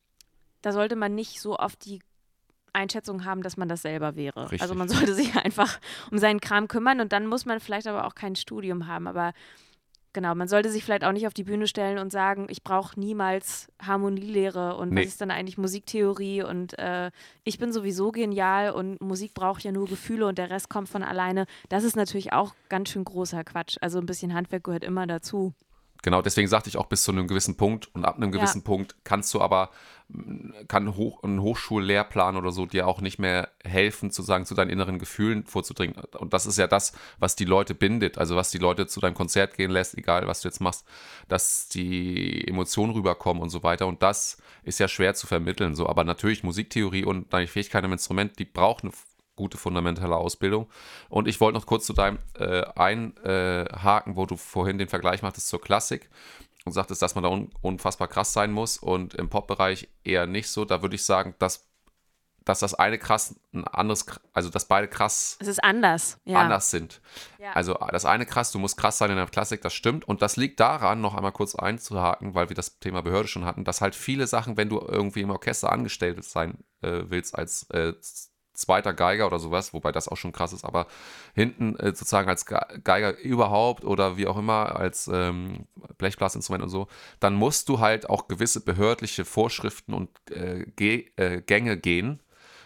S1: da sollte man nicht so oft die Einschätzung haben, dass man das selber wäre.
S2: Richtig.
S1: Also man sollte sich einfach um seinen Kram kümmern und dann muss man vielleicht aber auch kein Studium haben. Aber genau, man sollte sich vielleicht auch nicht auf die Bühne stellen und sagen, ich brauche niemals Harmonielehre und
S2: Nee.
S1: was ist dann eigentlich Musiktheorie und äh, ich bin sowieso genial und Musik braucht ja nur Gefühle und der Rest kommt von alleine. Das ist natürlich auch ganz schön großer Quatsch. Also ein bisschen Handwerk gehört immer dazu.
S2: Genau, deswegen sagte ich auch bis zu einem gewissen Punkt und ab einem gewissen
S1: Ja.
S2: Punkt kannst du aber, kann hoch, ein Hochschullehrplan oder so dir auch nicht mehr helfen, zu sagen, zu deinen inneren Gefühlen vorzudringen. Und das ist ja das, was die Leute bindet, also was die Leute zu deinem Konzert gehen lässt, egal was du jetzt machst, dass die Emotionen rüberkommen und so weiter. Und das ist ja schwer zu vermitteln. So, aber natürlich Musiktheorie und deine Fähigkeit am Instrument, die braucht eine gute fundamentale Ausbildung. Und ich wollte noch kurz zu deinem äh, einhaken, äh, wo du vorhin den Vergleich machtest zur Klassik und sagtest, dass man da un- unfassbar krass sein muss und im Pop-Bereich eher nicht so. Da würde ich sagen, dass, dass das eine krass, ein anderes, also dass beide krass
S1: Es ist anders. Ja.
S2: anders sind.
S1: Ja.
S2: Also das eine krass, du musst krass sein in der Klassik, das stimmt. Und das liegt daran, noch einmal kurz einzuhaken, weil wir das Thema Behörde schon hatten, dass halt viele Sachen, wenn du irgendwie im Orchester angestellt sein äh, willst als äh, zweiter Geiger oder sowas, wobei das auch schon krass ist, aber hinten äh, sozusagen als Geiger überhaupt oder wie auch immer, als ähm, Blechblasinstrument und so, dann musst du halt auch gewisse behördliche Vorschriften und äh, Ge- äh, Gänge gehen,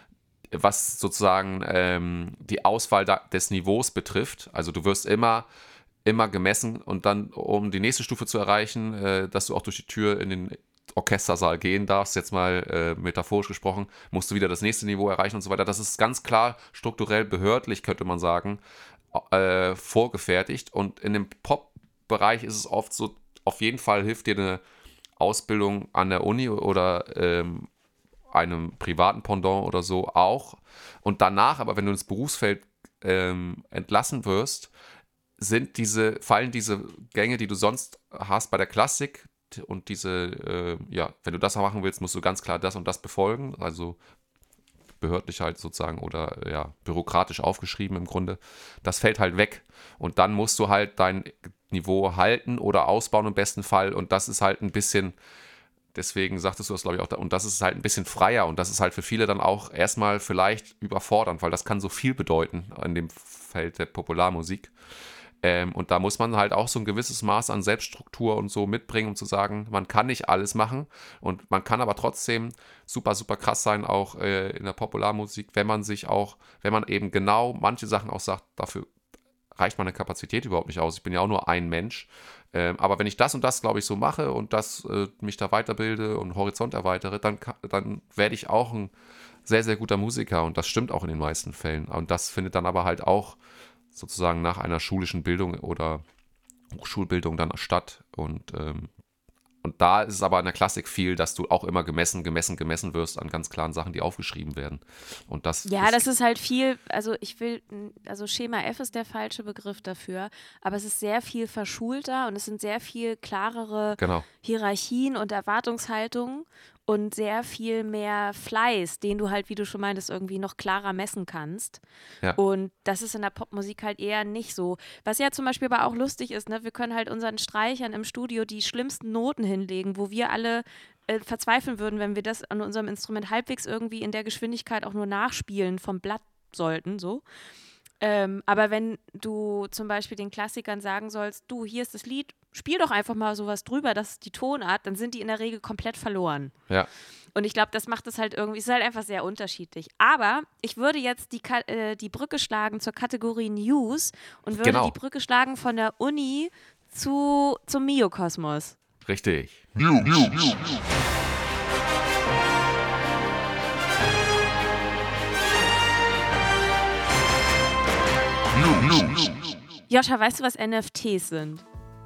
S2: was sozusagen ähm, die Auswahl da, des Niveaus betrifft. Also du wirst immer immer gemessen und dann, um die nächste Stufe zu erreichen, äh, dass du auch durch die Tür in den Orchestersaal gehen darfst, jetzt mal äh, metaphorisch gesprochen, musst du wieder das nächste Niveau erreichen und so weiter. Das ist ganz klar strukturell behördlich, könnte man sagen, äh, vorgefertigt. Und in dem Pop-Bereich ist es oft so, auf jeden Fall hilft dir eine Ausbildung an der Uni oder ähm, einem privaten Pendant oder so auch. Und danach, aber wenn du ins Berufsfeld ähm, entlassen wirst, sind diese, fallen diese Gänge, die du sonst hast bei der Klassik, und diese, äh, ja, wenn du das machen willst, musst du ganz klar das und das befolgen, also behördlich halt sozusagen oder ja, bürokratisch aufgeschrieben im Grunde, das fällt halt weg und dann musst du halt dein Niveau halten oder ausbauen im besten Fall und das ist halt ein bisschen, deswegen sagtest du das glaube ich auch, da, und das ist halt ein bisschen freier und das ist halt für viele dann auch erstmal vielleicht überfordernd, weil das kann so viel bedeuten in dem Feld der Popularmusik. Ähm, und da muss man halt auch so ein gewisses Maß an Selbststruktur und so mitbringen, um zu sagen, man kann nicht alles machen und man kann aber trotzdem super, super krass sein, auch äh, in der Popularmusik, wenn man sich auch, wenn man eben genau manche Sachen auch sagt, dafür reicht meine Kapazität überhaupt nicht aus. Ich bin ja auch nur ein Mensch. Ähm, aber wenn ich das und das, glaube ich, so mache und das äh, mich da weiterbilde und Horizont erweitere, dann, dann werde ich auch ein sehr, sehr guter Musiker und das stimmt auch in den meisten Fällen. Und das findet dann aber halt auch sozusagen nach einer schulischen Bildung oder Hochschulbildung dann statt. Und, ähm, und da ist es aber in der Klassik viel, dass du auch immer gemessen, gemessen, gemessen wirst an ganz klaren Sachen, die aufgeschrieben werden. Und das
S1: Ja,
S2: ist,
S1: das ist halt viel, also ich will, also Schema F ist der falsche Begriff dafür, aber es ist sehr viel verschulter und es sind sehr viel klarere
S2: genau.
S1: Hierarchien und Erwartungshaltungen und sehr viel mehr Fleiß, den du halt, wie du schon meintest, irgendwie noch klarer messen kannst.
S2: Ja.
S1: Und das ist in der Popmusik halt eher nicht so. Was ja zum Beispiel aber auch lustig ist, ne, wir können halt unseren Streichern im Studio die schlimmsten Noten hinlegen, wo wir alle äh, verzweifeln würden, wenn wir das an unserem Instrument halbwegs irgendwie in der Geschwindigkeit auch nur nachspielen vom Blatt sollten, so. Ähm, aber wenn du zum Beispiel den Klassikern sagen sollst, du, hier ist das Lied, spiel doch einfach mal sowas drüber, das ist die Tonart, dann sind die in der Regel komplett verloren.
S2: Ja.
S1: Und ich glaube, das macht es halt irgendwie, es ist halt einfach sehr unterschiedlich. Aber ich würde jetzt die, äh, die Brücke schlagen zur Kategorie News und würde
S2: Genau.
S1: die Brücke schlagen von der Uni zu, zum Miokosmos.
S2: Richtig.
S3: News. News. News.
S1: Joscha, weißt du, was N F Ts sind?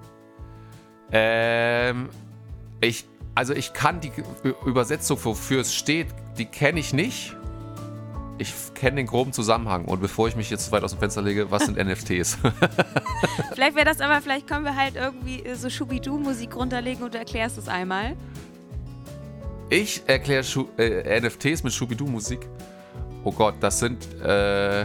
S2: Ähm, ich, also ich kann die Übersetzung, wofür es steht, die kenne ich nicht. Ich kenne den groben Zusammenhang. Und bevor ich mich jetzt zu weit aus dem Fenster lege, was sind N F Ts?
S1: Vielleicht wäre das aber, vielleicht können wir halt irgendwie so Schubidu-Musik runterlegen und du erklärst es einmal.
S2: Ich erkläre äh, N F Ts mit Schubidu-Musik. Oh Gott, das sind... Äh,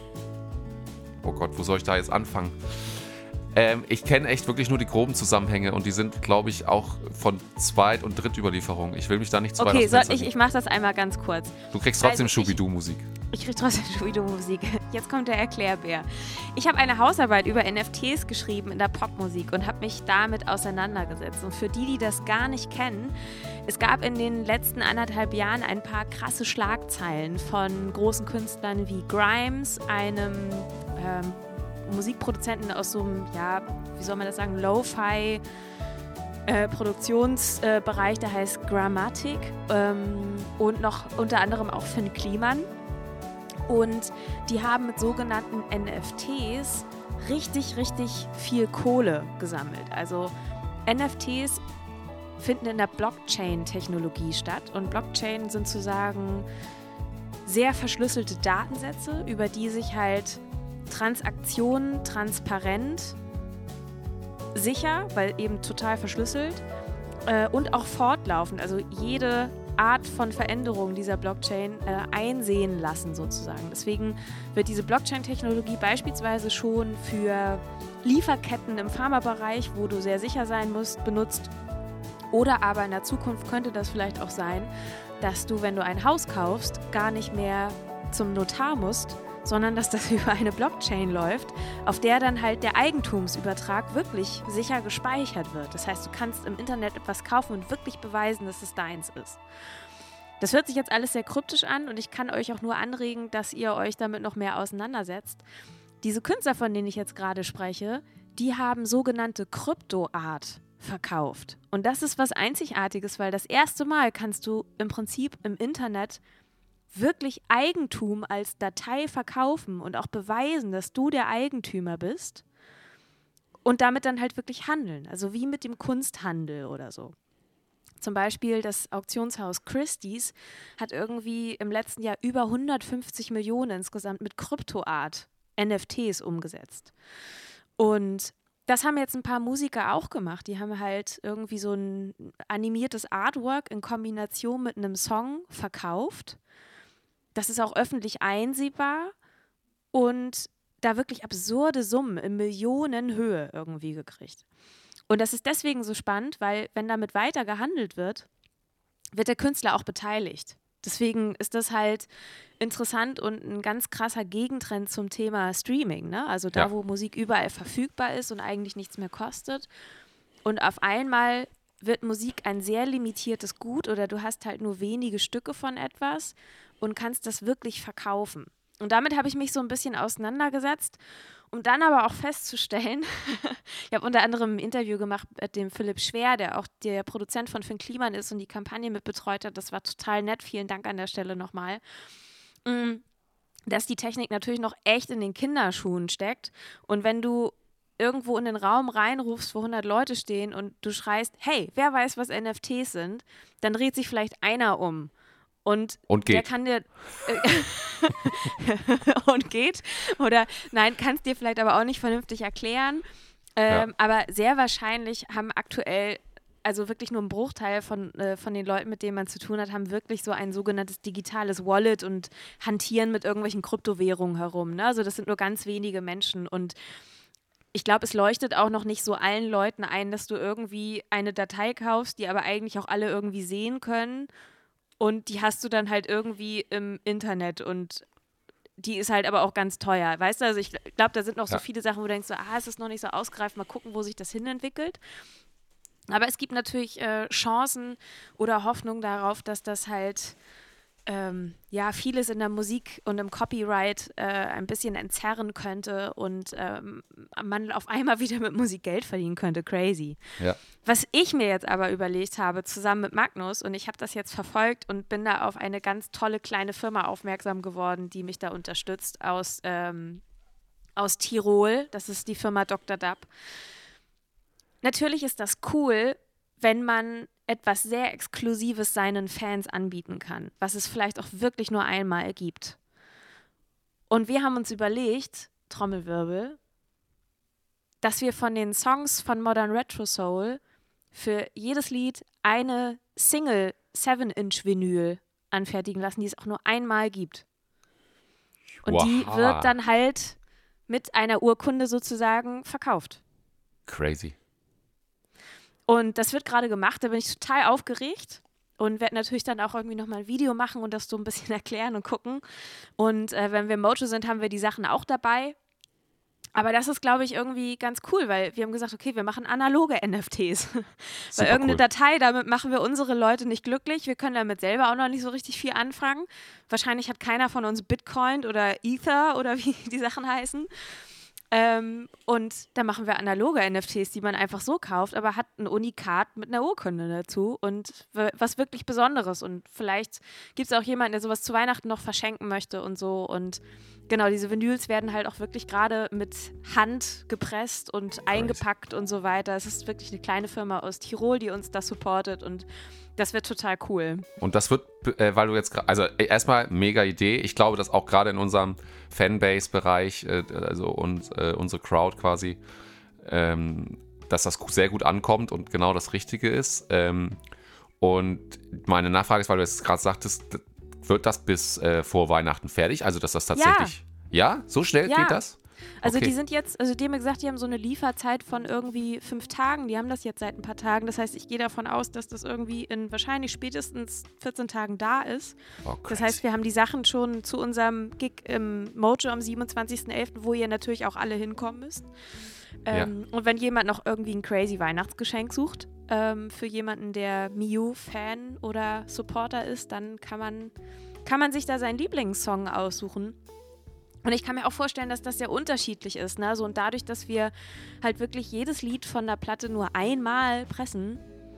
S2: oh Gott, wo soll ich da jetzt anfangen? Ähm, ich kenne echt wirklich nur die groben Zusammenhänge und die sind, glaube ich, auch von Zweit- und Drittüberlieferung. Ich will mich da nicht zu weit
S1: Okay,
S2: aus dem Fenster
S1: soll ich, ich mache das einmal ganz kurz.
S2: Du kriegst trotzdem
S1: Also ich-
S2: Schubidu-Musik.
S1: Ich kriege trotzdem Schubidu-Musik. Jetzt kommt der Erklärbär. Ich habe eine Hausarbeit über N F Ts geschrieben in der Popmusik und habe mich damit auseinandergesetzt. Und für die, die das gar nicht kennen, es gab in den letzten anderthalb Jahren ein paar krasse Schlagzeilen von großen Künstlern wie Grimes, einem ähm, Musikproduzenten aus so einem, ja, wie soll man das sagen, Lo-Fi äh, Produktionsbereich, äh, der heißt Grammatic, ähm, und noch unter anderem auch Finn Kliman. Und die haben mit sogenannten N F Ts richtig, richtig viel Kohle gesammelt. Also N F Ts finden in der Blockchain-Technologie statt. Und Blockchain sind sozusagen sehr verschlüsselte Datensätze, über die sich halt Transaktionen transparent, sicher, weil eben total verschlüsselt, äh, und auch fortlaufend, also jede Art von Veränderung dieser Blockchain äh, einsehen lassen sozusagen. Deswegen wird diese Blockchain-Technologie beispielsweise schon für Lieferketten im Pharmabereich, wo du sehr sicher sein musst, benutzt. Oder aber in der Zukunft könnte das vielleicht auch sein, dass du, wenn du ein Haus kaufst, gar nicht mehr zum Notar musst, sondern dass das über eine Blockchain läuft, auf der dann halt der Eigentumsübertrag wirklich sicher gespeichert wird. Das heißt, du kannst im Internet etwas kaufen und wirklich beweisen, dass es deins ist. Das hört sich jetzt alles sehr kryptisch an und ich kann euch auch nur anregen, dass ihr euch damit noch mehr auseinandersetzt. Diese Künstler, von denen ich jetzt gerade spreche, die haben sogenannte Krypto-Art verkauft. Und das ist was Einzigartiges, weil das erste Mal kannst du im Prinzip im Internet wirklich Eigentum als Datei verkaufen und auch beweisen, dass du der Eigentümer bist und damit dann halt wirklich handeln. Also wie mit dem Kunsthandel oder so. Zum Beispiel das Auktionshaus Christie's hat irgendwie im letzten Jahr über hundertfünfzig Millionen insgesamt mit Kryptoart N F Ts umgesetzt. Und das haben jetzt ein paar Musiker auch gemacht. Die haben halt irgendwie so ein animiertes Artwork in Kombination mit einem Song verkauft. Das ist auch öffentlich einsehbar und da wirklich absurde Summen in Millionenhöhe irgendwie gekriegt. Und das ist deswegen so spannend, weil wenn damit weiter gehandelt wird, wird der Künstler auch beteiligt. Deswegen ist das halt interessant und ein ganz krasser Gegentrend zum Thema Streaming, ne? Also da,
S2: Ja.
S1: wo Musik überall verfügbar ist und eigentlich nichts mehr kostet. Und auf einmal wird Musik ein sehr limitiertes Gut oder du hast halt nur wenige Stücke von etwas und kannst das wirklich verkaufen. Und damit habe ich mich so ein bisschen auseinandergesetzt, um dann aber auch festzustellen, ich habe unter anderem ein Interview gemacht mit dem Philipp Schwer, der auch der Produzent von Finn Kliman ist und die Kampagne mit betreut hat. Das war total nett. Vielen Dank an der Stelle nochmal. Dass die Technik natürlich noch echt in den Kinderschuhen steckt. Und wenn du irgendwo in den Raum reinrufst, wo hundert Leute stehen und du schreist, hey, wer weiß, was N F Ts sind, dann dreht sich vielleicht einer um. Und,
S2: Und
S1: der
S2: geht.
S1: kann dir äh, und geht oder nein, kannst dir vielleicht aber auch nicht vernünftig erklären. Ähm,
S2: Ja.
S1: Aber sehr wahrscheinlich haben aktuell, also wirklich nur ein Bruchteil von, äh, von den Leuten, mit denen man zu tun hat, haben wirklich so ein sogenanntes digitales Wallet und hantieren mit irgendwelchen Kryptowährungen herum. Ne? Also das sind nur ganz wenige Menschen und ich glaube, es leuchtet auch noch nicht so allen Leuten ein, dass du irgendwie eine Datei kaufst, die aber eigentlich auch alle irgendwie sehen können. Und die hast du dann halt irgendwie im Internet und die ist halt aber auch ganz teuer, weißt du? Also ich glaube, da sind noch so
S2: Ja.
S1: viele Sachen, wo du denkst, so, ah, es ist noch nicht so ausgereift, mal gucken, wo sich das hinentwickelt. Aber es gibt natürlich äh, Chancen oder Hoffnung darauf, dass das halt ähm, ja vieles in der Musik und im Copyright äh, ein bisschen entzerren könnte und ähm, man auf einmal wieder mit Musik Geld verdienen könnte. Crazy.
S2: Ja.
S1: Was ich mir jetzt aber überlegt habe, zusammen mit Magnus, und ich habe das jetzt verfolgt und bin da auf eine ganz tolle kleine Firma aufmerksam geworden, die mich da unterstützt aus, ähm, aus Tirol. Das ist die Firma Doktor Dub. Natürlich ist das cool, wenn man etwas sehr Exklusives seinen Fans anbieten kann, was es vielleicht auch wirklich nur einmal gibt. Und wir haben uns überlegt, Trommelwirbel, dass wir von den Songs von Modern Retro Soul für jedes Lied eine Single seven Inch Vinyl anfertigen lassen, die es auch nur einmal gibt. Und
S2: Wow.
S1: die wird dann halt mit einer Urkunde sozusagen verkauft.
S2: Crazy.
S1: Und das wird gerade gemacht, da bin ich total aufgeregt und werde natürlich dann auch irgendwie nochmal ein Video machen und das so ein bisschen erklären und gucken. Und äh, wenn wir im Mojo sind, haben wir die Sachen auch dabei. Aber das ist, glaube ich, irgendwie ganz cool, weil wir haben gesagt, okay, wir machen analoge N F Ts. Weil irgendeine
S2: cool.
S1: Datei, damit machen wir unsere Leute nicht glücklich. Wir können damit selber auch noch nicht so richtig viel anfangen. Wahrscheinlich hat keiner von uns Bitcoin oder Ether oder wie die Sachen heißen. Ähm, und da machen wir analoge N F Ts, die man einfach so kauft, aber hat ein Unikat mit einer Urkunde dazu und w- was wirklich Besonderes. Und vielleicht gibt es auch jemanden, der sowas zu Weihnachten noch verschenken möchte und so. Und genau, diese Vinyls werden halt auch wirklich gerade mit Hand gepresst und eingepackt und so weiter. Es ist wirklich eine kleine Firma aus Tirol, die uns das supportet und das wird total cool.
S2: Und das wird, äh, weil du jetzt gerade, also äh, erstmal mega Idee. Ich glaube, dass auch gerade in unserem Fanbase-Bereich, äh, also und, äh, unsere Crowd quasi, ähm, dass das sehr gut ankommt und genau das Richtige ist. Ähm, und meine Nachfrage ist, weil du jetzt gerade sagtest, wird das bis äh, vor Weihnachten fertig? Also, dass das tatsächlich, ja, ja? So schnell
S1: Ja.
S2: geht das?
S1: Also
S2: Okay.
S1: die sind jetzt, also die haben mir gesagt, die haben so eine Lieferzeit von irgendwie fünf Tagen. Die haben das jetzt seit ein paar Tagen. Das heißt, ich gehe davon aus, dass das irgendwie in wahrscheinlich spätestens vierzehn Tagen da ist.
S2: Oh,
S1: Das heißt, wir haben die Sachen schon zu unserem Gig im Mojo am siebenundzwanzigsten elften, wo ihr natürlich auch alle hinkommen müsst. Ähm, Und wenn jemand noch irgendwie ein crazy Weihnachtsgeschenk sucht ähm, für jemanden, der Miu-Fan oder Supporter ist, dann kann man, kann man sich da seinen Lieblingssong aussuchen. Und ich kann mir auch vorstellen, dass das sehr unterschiedlich ist. Ne? So, und dadurch, dass wir halt wirklich jedes Lied von der Platte nur einmal pressen,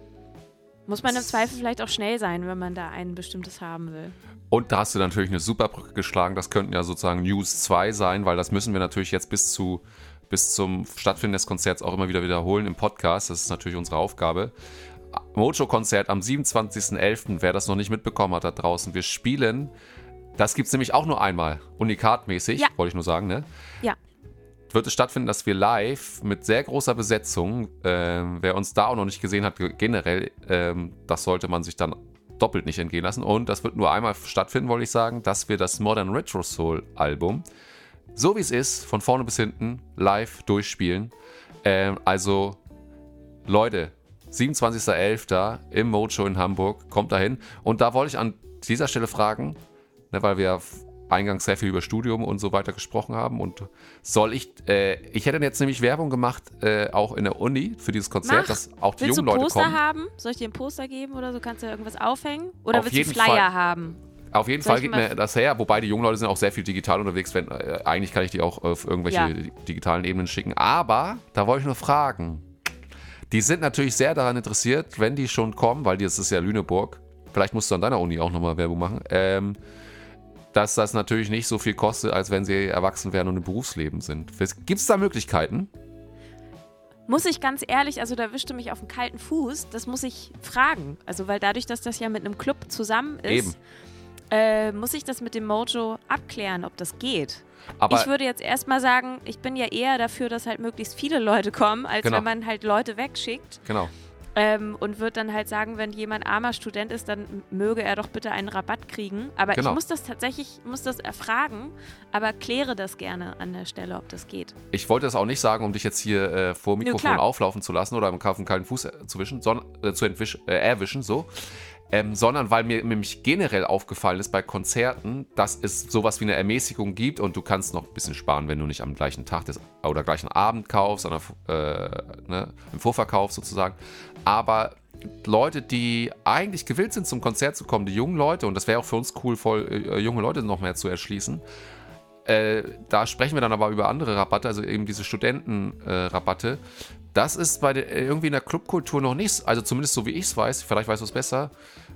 S1: muss man im Zweifel vielleicht auch schnell sein, wenn man da ein bestimmtes haben will.
S2: Und da hast du natürlich eine super Brücke geschlagen. Das könnten ja sozusagen News zwei sein, weil das müssen wir natürlich jetzt bis, zu, bis zum Stattfinden des Konzerts auch immer wieder wiederholen im Podcast. Das ist natürlich unsere Aufgabe. Mojo-Konzert am siebenundzwanzigsten elften, wer das noch nicht mitbekommen hat da draußen. Wir spielen, das gibt es nämlich auch nur einmal, unikatmäßig,
S1: Ja.
S2: wollte ich nur sagen, ne?
S1: Ja.
S2: Wird es stattfinden, dass wir live mit sehr großer Besetzung, ähm, wer uns da auch noch nicht gesehen hat, generell, ähm, das sollte man sich dann doppelt nicht entgehen lassen. Und das wird nur einmal stattfinden, wollte ich sagen, dass wir das Modern Retro Soul Album, so wie es ist, von vorne bis hinten live durchspielen. Ähm, also, Leute, siebenundzwanzigsten elften im Mojo in Hamburg, kommt dahin. Und da wollte ich an dieser Stelle fragen, ne, weil wir eingangs sehr viel über Studium und so weiter gesprochen haben. Und soll ich, äh, ich hätte jetzt nämlich Werbung gemacht, äh, auch in der Uni für dieses Konzert,
S1: Mach.
S2: dass auch die
S1: Willst
S2: jungen
S1: du
S2: Leute
S1: Poster
S2: kommen.
S1: haben? Soll ich dir ein Poster geben oder so? Kannst du irgendwas aufhängen? Oder
S2: Auf
S1: willst du
S2: jeden
S1: Flyer
S2: Fall.
S1: haben?
S2: Auf jeden
S1: Soll
S2: Fall
S1: ich
S2: geht
S1: mal-
S2: mir das her, wobei die jungen Leute sind auch sehr viel digital unterwegs. Wenn, äh, eigentlich kann ich die auch auf irgendwelche
S1: Ja.
S2: digitalen Ebenen schicken. Aber, da wollte ich nur fragen, die sind natürlich sehr daran interessiert, wenn die schon kommen, weil das ist ja Lüneburg, vielleicht musst du an deiner Uni auch nochmal Werbung machen, ähm, dass das natürlich nicht so viel kostet, als wenn sie erwachsen werden und im Berufsleben sind. Gibt es da Möglichkeiten?
S1: Muss ich ganz ehrlich, also da wischte mich auf den kalten Fuß, das muss ich fragen. Also weil dadurch, dass das ja mit einem Club zusammen ist,
S2: Eben.
S1: äh, muss ich das mit dem Mojo abklären, ob das geht.
S2: Aber
S1: ich würde jetzt erstmal sagen, ich bin ja eher dafür, dass halt möglichst viele Leute kommen, als
S2: Genau.
S1: wenn man halt Leute wegschickt.
S2: genau.
S1: Ähm, und würde dann halt sagen, wenn jemand armer Student ist, dann m- möge er doch bitte einen Rabatt kriegen. Aber
S2: Genau.
S1: ich muss das tatsächlich, muss das erfragen, aber kläre das gerne an der Stelle, ob das geht.
S2: Ich wollte das auch nicht sagen, um dich jetzt hier äh, vor
S1: Nö,
S2: Mikrofon
S1: klar.
S2: auflaufen zu lassen oder im auf den kalten Fuß äh, zu wischen, sondern, äh, zu entwisch, äh, erwischen, so. Ähm, sondern weil mir nämlich generell aufgefallen ist bei Konzerten, dass es sowas wie eine Ermäßigung gibt und du kannst noch ein bisschen sparen, wenn du nicht am gleichen Tag des, oder gleichen Abend kaufst, sondern äh, ne, im Vorverkauf sozusagen. Aber Leute, die eigentlich gewillt sind, zum Konzert zu kommen, die jungen Leute, und das wäre auch für uns cool, voll äh, junge Leute noch mehr zu erschließen, äh, da sprechen wir dann aber über andere Rabatte, also eben diese Studentenrabatte. Äh, das ist bei der, irgendwie in der Clubkultur noch nicht, also zumindest so wie ich es weiß, vielleicht weißt du es besser,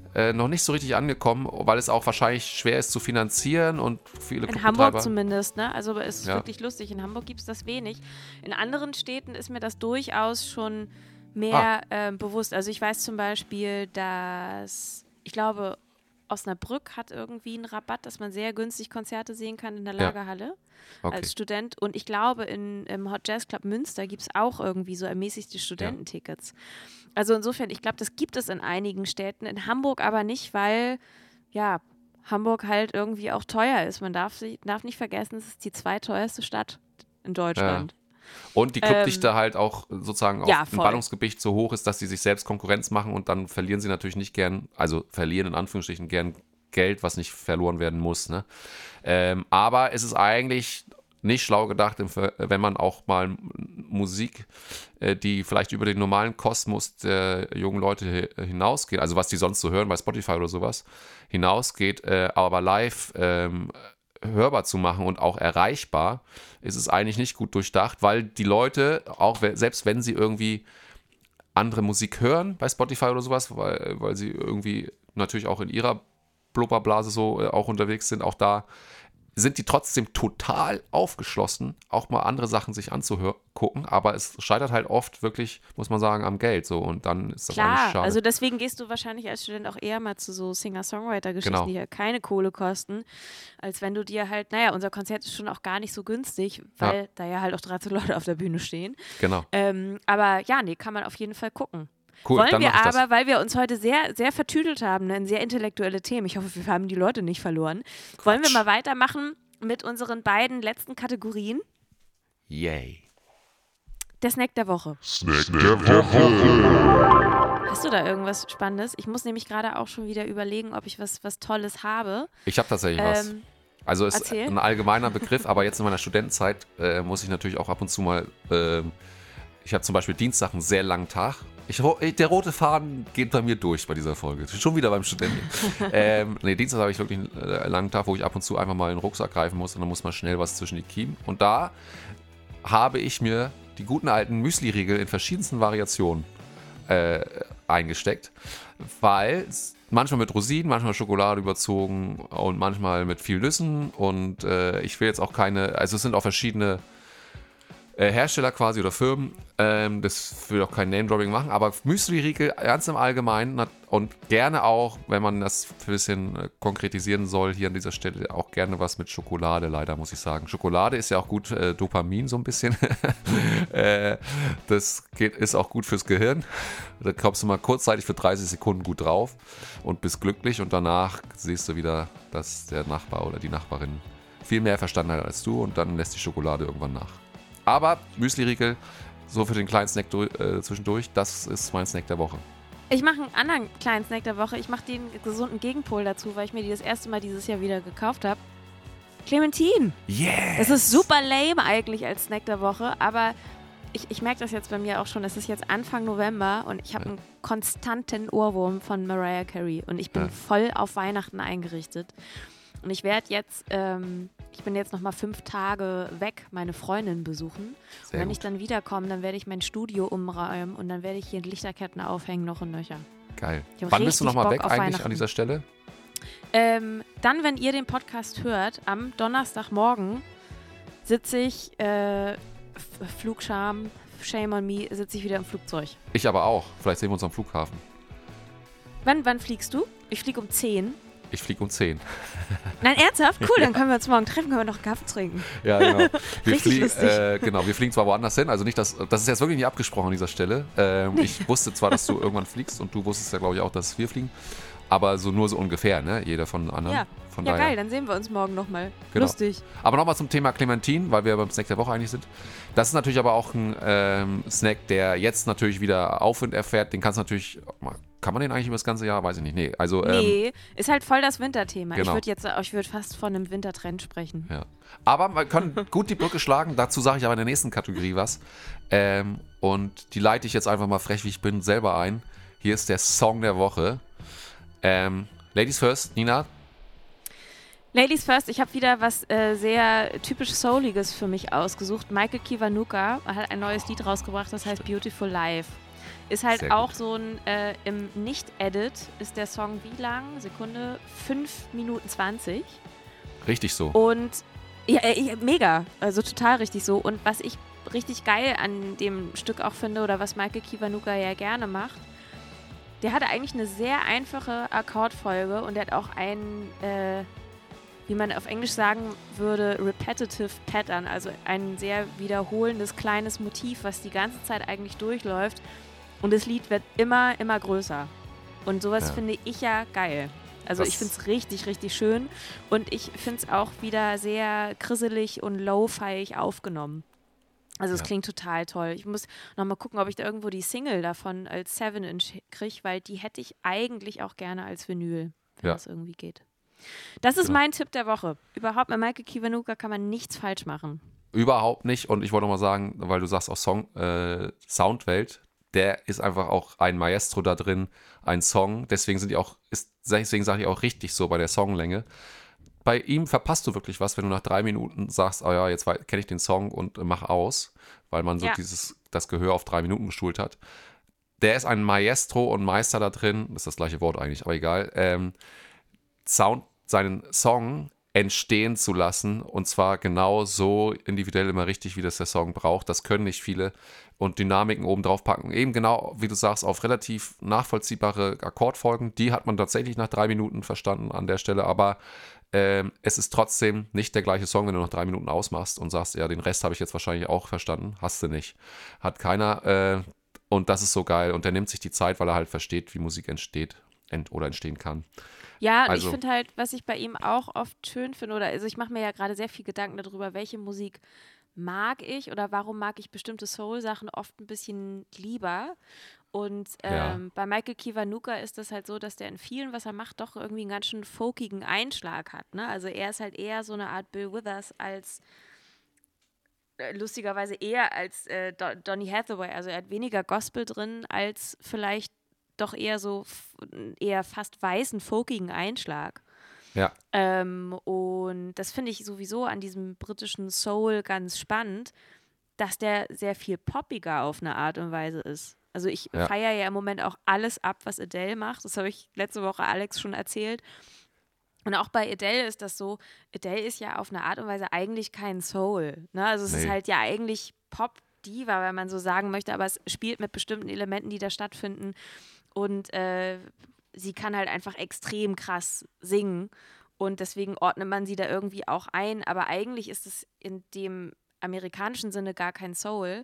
S2: äh, noch nicht so richtig angekommen, weil es auch wahrscheinlich schwer ist zu finanzieren und viele
S1: In
S2: Clubbetreiber.
S1: Hamburg zumindest, ne? Also es ist
S2: Ja.
S1: wirklich lustig. In Hamburg gibt es das wenig. In anderen Städten ist mir das durchaus schon mehr
S2: Ah.
S1: ähm, bewusst. Also ich weiß zum Beispiel, dass, ich glaube, Osnabrück hat irgendwie einen Rabatt, dass man sehr günstig Konzerte sehen kann in der
S2: Ja.
S1: Lagerhalle
S2: Okay.
S1: als Student. Und ich glaube, in, im Hot Jazz Club Münster gibt es auch irgendwie so ermäßigte Studententickets. Also insofern, ich glaube, das gibt es in einigen Städten, in Hamburg aber nicht, weil, ja, Hamburg halt irgendwie auch teuer ist. Man darf, sich, darf nicht vergessen, es ist die zweiteuerste Stadt in Deutschland.
S2: Und die Clubdichte ähm, halt auch sozusagen auf
S1: ja,
S2: ein Ballungsgewicht so hoch ist, dass sie sich selbst Konkurrenz machen und dann verlieren sie natürlich nicht gern, also verlieren in Anführungsstrichen gern Geld, was nicht verloren werden muss. Ne? Ähm, aber es ist eigentlich nicht schlau gedacht, wenn man auch mal Musik, die vielleicht über den normalen Kosmos der jungen Leute hinausgeht, also was die sonst so hören bei Spotify oder sowas, hinausgeht, aber live ähm, hörbar zu machen und auch erreichbar, ist es eigentlich nicht gut durchdacht, weil die Leute, auch selbst wenn sie irgendwie andere Musik hören bei Spotify oder sowas, weil, weil sie irgendwie natürlich auch in ihrer Blubberblase so auch unterwegs sind, auch da sind die trotzdem total aufgeschlossen, auch mal andere Sachen sich anzugucken, aber es scheitert halt oft wirklich, muss man sagen, am Geld so und dann ist das
S1: Klar,
S2: eigentlich schade.
S1: Also deswegen gehst du wahrscheinlich als Student auch eher mal zu so Singer-Songwriter-Geschichten,
S2: Genau.
S1: die ja keine Kohle kosten, als wenn du dir halt, naja, unser Konzert ist schon auch gar nicht so günstig, weil
S2: Ja.
S1: da ja halt auch dreizehn Leute auf der Bühne stehen.
S2: Genau.
S1: Ähm, aber ja, nee, kann man auf jeden Fall gucken.
S2: Cool,
S1: Wollen
S2: dann
S1: wir
S2: mach ich das.
S1: aber, weil wir uns heute sehr, sehr vertüdelt haben, ne, in sehr intellektuelle Themen, ich hoffe, wir haben die Leute nicht verloren,
S2: Quatsch.
S1: wollen wir mal weitermachen mit unseren beiden letzten Kategorien?
S2: Yay.
S1: Der Snack der Woche.
S3: Snack der Woche.
S1: Hast du da irgendwas Spannendes? Ich muss nämlich gerade auch schon wieder überlegen, ob ich was, was Tolles habe.
S2: Ich habe tatsächlich was.
S1: Ähm,
S2: Also ist
S1: erzähl.
S2: ein allgemeiner Begriff, aber jetzt in meiner Studentenzeit äh, muss ich natürlich auch ab und zu mal, äh, ich habe zum Beispiel Dienstag einen sehr langen Tag. Ich, der rote Faden geht bei mir durch bei dieser Folge. Schon wieder beim Studenten. ähm, nee, Dienstag habe ich wirklich einen äh, langen Tag, wo ich ab und zu einfach mal in den Rucksack greifen muss und dann muss man schnell was zwischen die Kiemen. Und da habe ich mir die guten alten Müsli-Riegel in verschiedensten Variationen äh, eingesteckt, weil manchmal mit Rosinen, manchmal Schokolade überzogen und manchmal mit viel Nüssen und äh, ich will jetzt auch keine, also es sind auch verschiedene äh, Hersteller quasi oder Firmen, ähm, das will auch kein Name-Dropping machen, aber Müsli-Riegel ganz im Allgemeinen und gerne auch, wenn man das ein bisschen äh, konkretisieren soll, hier an dieser Stelle auch gerne was mit Schokolade, leider muss ich sagen. Schokolade ist ja auch gut, äh, Dopamin so ein bisschen, äh, das geht, ist auch gut fürs Gehirn, da kommst du mal kurzzeitig für dreißig Sekunden gut drauf und bist glücklich und danach siehst du wieder, dass der Nachbar oder die Nachbarin viel mehr verstanden hat als du und dann lässt die Schokolade irgendwann nach. Aber Müsli-Riegel, so für den kleinen Snack äh, zwischendurch, das ist mein Snack der Woche.
S1: Ich mache einen anderen kleinen Snack der Woche. Ich mache den gesunden Gegenpol dazu, weil ich mir die das erste Mal dieses Jahr wieder gekauft habe. Clementine.
S2: Yes!
S1: Das ist super lame eigentlich als Snack der Woche, aber ich, ich merke das jetzt bei mir auch schon. Es ist jetzt Anfang November und ich habe
S2: Ja.
S1: einen konstanten Ohrwurm von Mariah Carey und ich bin
S2: Ja.
S1: voll auf Weihnachten eingerichtet. Und ich werde jetzt, ähm, ich bin jetzt nochmal fünf Tage weg, meine Freundin besuchen.
S2: Sehr
S1: und wenn
S2: gut.
S1: ich dann wiederkomme, dann werde ich mein Studio umräumen und dann werde ich hier Lichterketten aufhängen, noch und nöcher.
S2: Geil.
S1: Ich hab
S2: Wann bist du
S1: richtig
S2: nochmal
S1: Bock
S2: weg
S1: auf
S2: eigentlich
S1: Weihnachten.
S2: an dieser Stelle?
S1: Ähm, dann, wenn ihr den Podcast hört, am Donnerstagmorgen sitze ich, äh, F- Flugscham, shame on me, sitze ich wieder im Flugzeug.
S2: Ich aber auch. Vielleicht sehen wir uns am Flughafen.
S1: Wann, wann fliegst du? Ich fliege um zehn.
S2: Ich fliege um zehn.
S1: Nein, ernsthaft? Cool, dann können wir uns morgen treffen, können wir noch einen Kaffee trinken.
S2: Ja, genau. Wir
S1: Richtig
S2: fliegen,
S1: lustig.
S2: äh, genau, wir fliegen zwar woanders hin, also nicht, dass, das ist jetzt wirklich nicht abgesprochen an dieser Stelle. Ähm, ich wusste zwar, dass du irgendwann fliegst und du wusstest ja, glaube ich, auch, dass wir fliegen, aber so nur so ungefähr, ne? Jeder von anderen.
S1: Ja,
S2: Von
S1: ja
S2: daher.
S1: geil, dann sehen wir uns morgen nochmal.
S2: Genau.
S1: Lustig.
S2: Aber nochmal zum Thema Clementine, weil wir beim Snack der Woche eigentlich sind. Das ist natürlich aber auch ein ähm, Snack, der jetzt natürlich wieder Aufwind erfährt. Den kannst du natürlich, kann man den eigentlich über das ganze Jahr? Weiß ich nicht. Nee, also, ähm,
S1: Nee, ist halt voll das Winterthema.
S2: Genau.
S1: Ich würde jetzt, ich würde fast von einem Wintertrend sprechen.
S2: ja. Aber wir können gut die Brücke schlagen. Dazu sage ich aber in der nächsten Kategorie was. Ähm, und die leite ich jetzt einfach mal frech, wie ich bin, selber ein. Hier ist der Song der Woche. Ähm, Ladies first, Nina.
S1: Ladies first, ich habe wieder was äh, sehr typisch Souliges für mich ausgesucht. Michael Kiwanuka hat ein neues Lied rausgebracht, das heißt Beautiful Life. Ist halt
S2: Sehr
S1: auch
S2: gut.
S1: so ein, äh, im Nicht-Edit ist der Song wie lang? Sekunde? fünf Minuten zwanzig.
S2: Richtig so.
S1: Und ja, äh, mega, also total richtig so. Und was ich richtig geil an dem Stück auch finde oder was Michael Kiwanuka ja gerne macht, der hat eigentlich eine sehr einfache Akkordfolge und der hat auch ein, äh, wie man auf Englisch sagen würde, repetitive Pattern, also ein sehr wiederholendes kleines Motiv, was die ganze Zeit eigentlich durchläuft und das Lied wird immer, immer größer. Und sowas
S2: Ja.
S1: finde ich ja geil. Also
S2: Das-
S1: ich finde es richtig, richtig schön und ich finde es auch wieder sehr krisselig und lo-fiig aufgenommen. Also es
S2: Ja.
S1: klingt total toll. Ich muss nochmal gucken, ob ich da irgendwo die Single davon als seven inch kriege, weil die hätte ich eigentlich auch gerne als Vinyl, wenn
S2: Ja.
S1: das irgendwie geht. Das ist
S2: Genau.
S1: mein Tipp der Woche. Überhaupt mit Michael Kiwanuka kann man nichts falsch machen.
S2: Überhaupt nicht. Und ich wollte noch mal sagen, weil du sagst auch Song, äh, Soundwelt, der ist einfach auch ein Maestro da drin, ein Song. Deswegen sind die auch, ist, deswegen sage ich auch richtig so bei der Songlänge. Bei ihm verpasst du wirklich was, wenn du nach drei Minuten sagst, oh ja, jetzt kenne ich den Song und äh, mach aus, weil man so
S1: Ja.
S2: dieses, das Gehör auf drei Minuten geschult hat. Der ist ein Maestro und Meister da drin, das ist das gleiche Wort eigentlich, aber egal, ähm, Sound, seinen Song entstehen zu lassen und zwar genau so individuell immer richtig, wie das der Song braucht. Das können nicht viele und Dynamiken oben drauf packen. Eben genau, wie du sagst, auf relativ nachvollziehbare Akkordfolgen. Die hat man tatsächlich nach drei Minuten verstanden an der Stelle, aber ähm, es ist trotzdem nicht der gleiche Song, wenn du nach drei Minuten ausmachst und sagst, ja, den Rest habe ich jetzt wahrscheinlich auch verstanden. Hast du nicht. Hat keiner äh, und das ist so geil und der nimmt sich die Zeit, weil er halt versteht, wie Musik entsteht ent- oder entstehen kann.
S1: Ja, und
S2: Also-
S1: ich finde halt, was ich bei ihm auch oft schön finde, oder also ich mache mir ja gerade sehr viel Gedanken darüber, welche Musik mag ich oder warum mag ich bestimmte Soul-Sachen oft ein bisschen lieber. Und
S2: Ja.
S1: ähm, bei Michael Kiwanuka ist das halt so, dass der in vielen, was er macht, doch irgendwie einen ganz schön folkigen Einschlag hat. Ne? Also er ist halt eher so eine Art Bill Withers als äh, lustigerweise eher als äh, Do- Donny Hathaway. Also er hat weniger Gospel drin als vielleicht doch eher so f- eher fast weißen, folkigen Einschlag.
S2: Ja,
S1: Ähm, und das finde ich sowieso an diesem britischen Soul ganz spannend, dass der sehr viel poppiger auf eine Art und Weise ist. Also ich
S2: Ja.
S1: feiere ja im Moment auch alles ab, was Adele macht. Das habe ich letzte Woche Alex schon erzählt. Und auch bei Adele ist das so, Adele ist ja auf eine Art und Weise eigentlich kein Soul. Ne? Also es ist
S2: Nee.
S1: halt ja eigentlich Pop-Diva, wenn man so sagen möchte, aber es spielt mit bestimmten Elementen, die da stattfinden. Und äh, sie kann halt einfach extrem krass singen. Und deswegen ordnet man sie da irgendwie auch ein. Aber eigentlich ist es in dem amerikanischen Sinne gar kein Soul.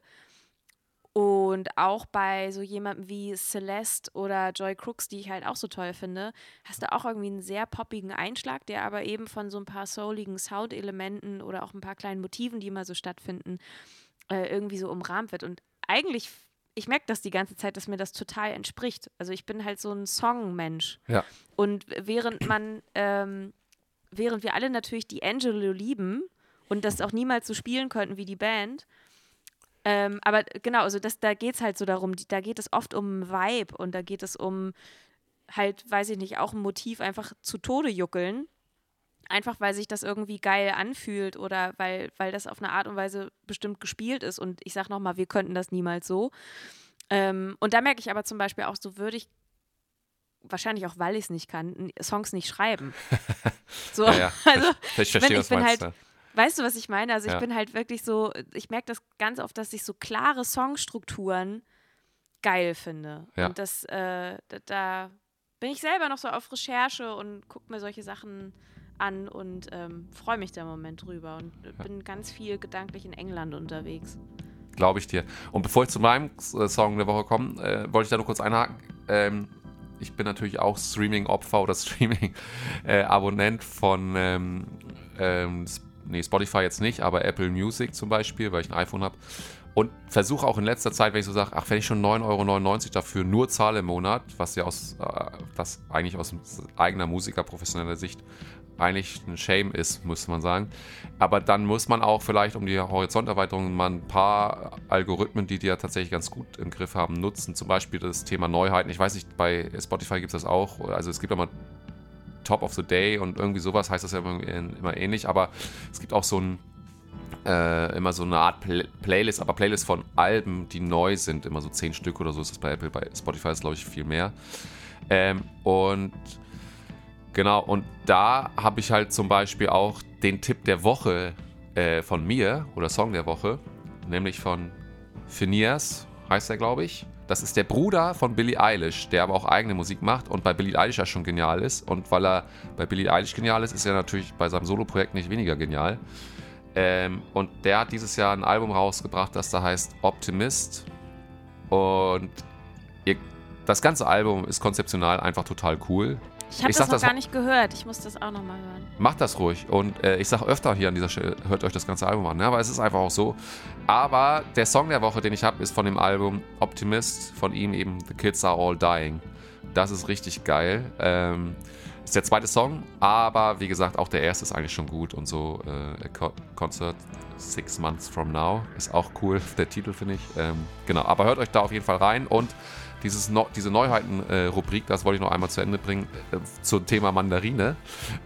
S1: Und auch bei so jemandem wie Celeste oder Joy Crooks, die ich halt auch so toll finde, hast du auch irgendwie einen sehr poppigen Einschlag, der aber eben von so ein paar souligen Soundelementen oder auch ein paar kleinen Motiven, die immer so stattfinden, äh, irgendwie so umrahmt wird. Und eigentlich, ich merke das die ganze Zeit, dass mir das total entspricht. Also ich bin halt so ein Songmensch.
S2: ja,
S1: Und während man, ähm, während wir alle natürlich die Angelo lieben und das auch niemals so spielen könnten wie die Band, ähm, aber genau, also das, da geht es halt so darum, die, da geht es oft um Vibe und da geht es um halt, weiß ich nicht, auch ein Motiv einfach zu Tode juckeln. Einfach weil sich das irgendwie geil anfühlt oder weil, weil das auf eine Art und Weise bestimmt gespielt ist. Und ich sag nochmal, wir könnten das niemals so. Ähm, und da merke ich aber zum Beispiel auch, so würde ich, wahrscheinlich auch, weil ich es nicht kann, n- Songs nicht schreiben. So,
S2: ja, ja.
S1: also
S2: Ich, ich verstehe,
S1: ich
S2: was du
S1: bin
S2: meinst.
S1: halt- weißt du, was ich meine? Also ich
S2: Ja.
S1: bin halt wirklich so, ich merke das ganz oft, dass ich so klare Songstrukturen geil finde.
S2: Ja.
S1: Und das, äh, da, da bin ich selber noch so auf Recherche und gucke mir solche Sachen an und ähm, freue mich da im Moment drüber und äh, bin ganz viel gedanklich in England unterwegs.
S2: Glaube ich dir. Und bevor ich zu meinem äh, Song der Woche komme, äh, wollte ich da nur kurz einhaken. Ähm, ich bin natürlich auch Streaming-Opfer oder Streaming-Abonnent von ähm, ähm, nee, Spotify jetzt nicht, aber Apple Music zum Beispiel, weil ich ein iPhone habe. Und versuche auch in letzter Zeit, wenn ich so sage, ach, wenn ich schon neun Euro neunundneunzig dafür nur zahle im Monat, was ja aus, äh, das eigentlich aus eigener Musiker professioneller Sicht eigentlich ein Shame ist, muss man sagen. Aber dann muss man auch vielleicht um die Horizonterweiterung mal ein paar Algorithmen, die die ja tatsächlich ganz gut im Griff haben, nutzen. Zum Beispiel das Thema Neuheiten. Ich weiß nicht, bei Spotify gibt es das auch. Also es gibt immer Top of the Day und irgendwie sowas, heißt das ja immer, immer ähnlich. Aber es gibt auch so ein äh, immer so eine Art Play- Playlist, aber Playlist von Alben, die neu sind, immer so zehn Stück oder so ist das bei Apple, bei Spotify ist glaube ich viel mehr. Ähm, und genau, und da habe ich halt zum Beispiel auch den Tipp der Woche äh, von mir, oder Song der Woche, nämlich von Phineas, heißt er glaube ich. Das ist der Bruder von Billie Eilish, der aber auch eigene Musik macht und bei Billie Eilish ja schon genial ist. Und weil er bei Billie Eilish genial ist, ist er natürlich bei seinem Soloprojekt nicht weniger genial. Ähm, und der hat dieses Jahr ein Album rausgebracht, das da heißt Optimist. Und ihr, das ganze Album ist konzeptional einfach total cool.
S1: Ich habe das noch gar nicht gehört. Ich muss das auch nochmal hören.
S2: Macht das ruhig. Und äh, ich sage öfter hier an dieser Stelle, hört euch das ganze Album an. Ne? Aber es ist einfach auch so. Aber der Song der Woche, den ich habe, ist von dem Album Optimist. Von ihm eben The Kids Are All Dying. Das ist richtig geil. Ähm, ist der zweite Song. Aber wie gesagt, auch der erste ist eigentlich schon gut. Und so äh, Co- Concert Six Months From Now ist auch cool. Der Titel finde ich. Ähm, genau. Aber hört euch da auf jeden Fall rein. Und Dieses no, diese Neuheiten-Rubrik, äh, das wollte ich noch einmal zu Ende bringen, äh, zum Thema Mandarine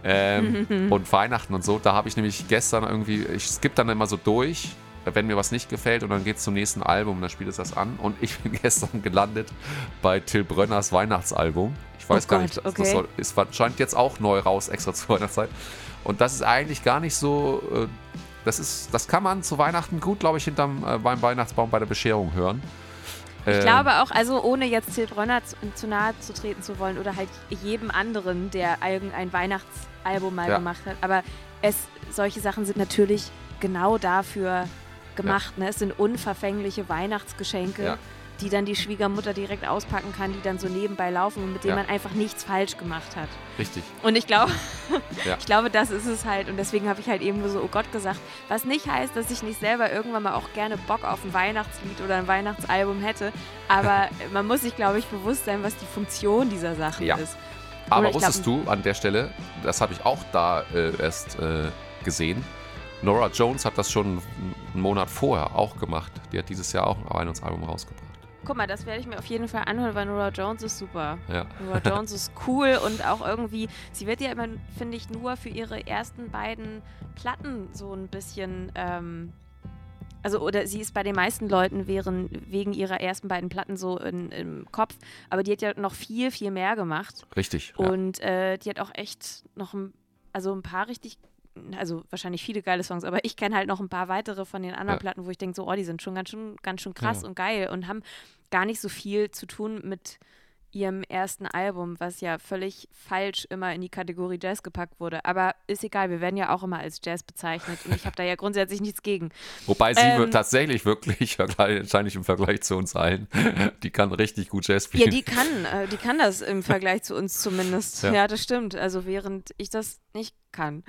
S2: ähm, und Weihnachten und so. Da habe ich nämlich gestern irgendwie, ich skippe dann immer so durch, wenn mir was nicht gefällt und dann geht es zum nächsten Album und dann spielt es das an. Und ich bin gestern gelandet bei Till Brönners Weihnachtsalbum. Ich weiß
S1: oh
S2: gar
S1: Gott,
S2: nicht,
S1: okay.
S2: das soll, ist scheint jetzt auch neu raus, extra zur Weihnachtszeit. Und das ist eigentlich gar nicht so, äh, das, ist, das kann man zu Weihnachten gut, glaube ich, hinterm äh, beim Weihnachtsbaum bei der Bescherung hören.
S1: Ich glaube auch, also ohne jetzt Till Brönner zu, zu nahe zu treten zu wollen oder halt jedem anderen, der irgendein Weihnachtsalbum mal
S2: ja.
S1: gemacht hat, aber es, solche Sachen sind natürlich genau dafür gemacht. Ja. Ne? Es sind unverfängliche Weihnachtsgeschenke,
S2: ja.
S1: die dann die Schwiegermutter direkt auspacken kann, die dann so nebenbei laufen und mit denen
S2: ja.
S1: man einfach nichts falsch gemacht hat.
S2: Richtig.
S1: Und ich glaube,
S2: ja.
S1: ich glaube, das ist es halt. Und deswegen habe ich halt eben nur so, oh Gott, gesagt. Was nicht heißt, dass ich nicht selber irgendwann mal auch gerne Bock auf ein Weihnachtslied oder ein Weihnachtsalbum hätte. Aber man muss sich, glaube ich, bewusst sein, was die Funktion dieser Sachen
S2: ja.
S1: ist.
S2: Aber wusstest glaub, du an der Stelle, das habe ich auch da äh, erst äh, gesehen, Norah Jones hat das schon einen Monat vorher auch gemacht. Die hat dieses Jahr auch ein Weihnachtsalbum rausgebracht.
S1: Guck mal, das werde ich mir auf jeden Fall anhören, weil Norah Jones ist super.
S2: Ja.
S1: Norah Jones ist cool und auch irgendwie, sie wird ja immer, finde ich, nur für ihre ersten beiden Platten so ein bisschen, ähm, also oder sie ist bei den meisten Leuten wären, wegen ihrer ersten beiden Platten so in, im Kopf, aber die hat ja noch viel, viel mehr gemacht.
S2: Richtig.
S1: Und ja. äh, die hat auch echt noch ein, also ein paar richtig also wahrscheinlich viele geile Songs, aber ich kenne halt noch ein paar weitere von den anderen ja. Platten, wo ich denke, so, oh, die sind schon ganz schön, ganz schön krass ja. und geil und haben gar nicht so viel zu tun mit ihrem ersten Album, was ja völlig falsch immer in die Kategorie Jazz gepackt wurde. Aber ist egal, wir werden ja auch immer als Jazz bezeichnet und ich habe da ja grundsätzlich nichts gegen.
S2: Wobei sie
S1: ähm,
S2: wird tatsächlich wirklich, wahrscheinlich im Vergleich zu uns allen, die kann richtig gut Jazz spielen.
S1: Ja, die kann, äh, die kann das im Vergleich zu uns zumindest. Ja. ja, das stimmt. Also während ich das nicht kann.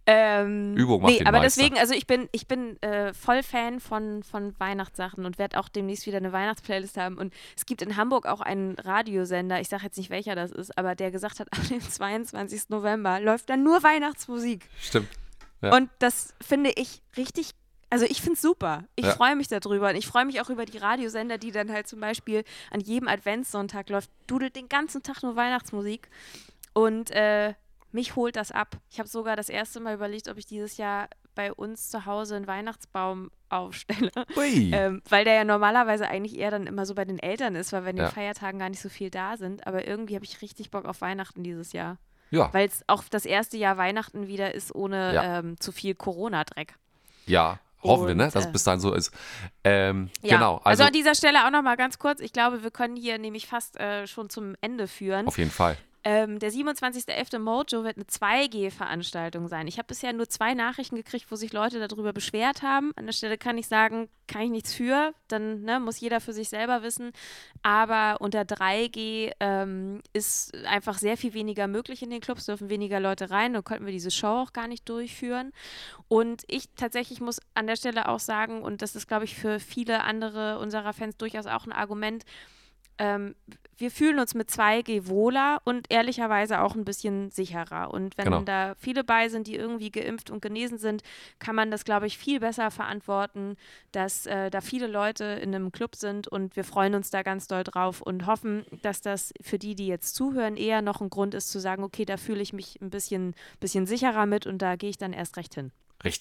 S1: Ähm,
S2: Übung macht
S1: nee,
S2: den
S1: aber
S2: Meister.
S1: Deswegen, also ich bin, ich bin äh, voll Fan von, von Weihnachtssachen und werde auch demnächst wieder eine Weihnachtsplaylist haben. Und es gibt in Hamburg auch einen Radiosender, ich sage jetzt nicht, welcher das ist, aber der gesagt hat, am zweiundzwanzigsten November läuft dann nur Weihnachtsmusik.
S2: Stimmt. Ja.
S1: Und das finde ich richtig, also ich finde es super. Ich ja. freue mich darüber und ich freue mich auch über die Radiosender, die dann halt zum Beispiel an jedem Adventssonntag läuft, dudelt den ganzen Tag nur Weihnachtsmusik und äh, mich holt das ab. Ich habe sogar das erste Mal überlegt, ob ich dieses Jahr bei uns zu Hause einen Weihnachtsbaum aufstelle. Ähm, weil der ja normalerweise eigentlich eher dann immer so bei den Eltern ist, weil wir in den ja. Feiertagen gar nicht so viel da sind. Aber irgendwie habe ich richtig Bock auf Weihnachten dieses Jahr.
S2: Ja.
S1: Weil es auch das erste Jahr Weihnachten wieder ist, ohne ja. ähm, zu viel Corona-Dreck.
S2: Ja, hoffen und, wir, ne, dass
S1: äh,
S2: es bis dahin so ist. Ähm,
S1: ja.
S2: Genau.
S1: Also, also an dieser Stelle auch nochmal ganz kurz. Ich glaube, wir können hier nämlich fast äh, schon zum Ende führen.
S2: Auf jeden Fall.
S1: Ähm, der siebenundzwanzigsten elften Mojo wird eine zwei G Veranstaltung sein. Ich habe bisher nur zwei Nachrichten gekriegt, wo sich Leute darüber beschwert haben. An der Stelle kann ich sagen, kann ich nichts für. Dann ne, muss jeder für sich selber wissen. Aber unter drei G ähm, ist einfach sehr viel weniger möglich in den Clubs, dürfen weniger Leute rein. Dann konnten wir diese Show auch gar nicht durchführen. Und ich tatsächlich muss an der Stelle auch sagen, und das ist, glaube ich, für viele andere unserer Fans durchaus auch ein Argument, ähm, wir fühlen uns mit zwei G wohler und ehrlicherweise auch ein bisschen sicherer. Und wenn
S2: genau.
S1: da viele bei sind, die irgendwie geimpft und genesen sind, kann man das, glaube ich, viel besser verantworten, dass äh, da viele Leute in einem Club sind und wir freuen uns da ganz doll drauf und hoffen, dass das für die, die jetzt zuhören, eher noch ein Grund ist zu sagen, okay, da fühle ich mich ein bisschen, bisschen sicherer mit und da gehe ich dann erst recht hin.
S2: Richtig.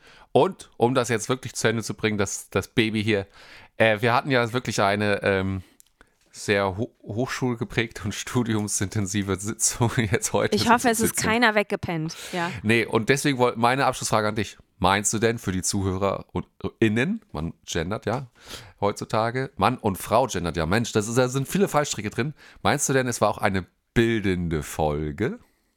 S2: Und um das jetzt wirklich zu Ende zu bringen, das, das Baby hier, äh, wir hatten ja wirklich eine ähm, sehr ho- hochschulgeprägte und studiumsintensive Sitzung jetzt heute.
S1: Ich hoffe, es ist
S2: Sitzung.
S1: keiner weggepennt. Ja.
S2: Nee, und deswegen wollte meine Abschlussfrage an dich. Meinst du denn für die ZuhörerInnen, man gendert ja heutzutage, Mann und Frau gendert ja, Mensch, das ist, da sind viele Fallstricke drin. Meinst du denn, es war auch eine bildende Folge?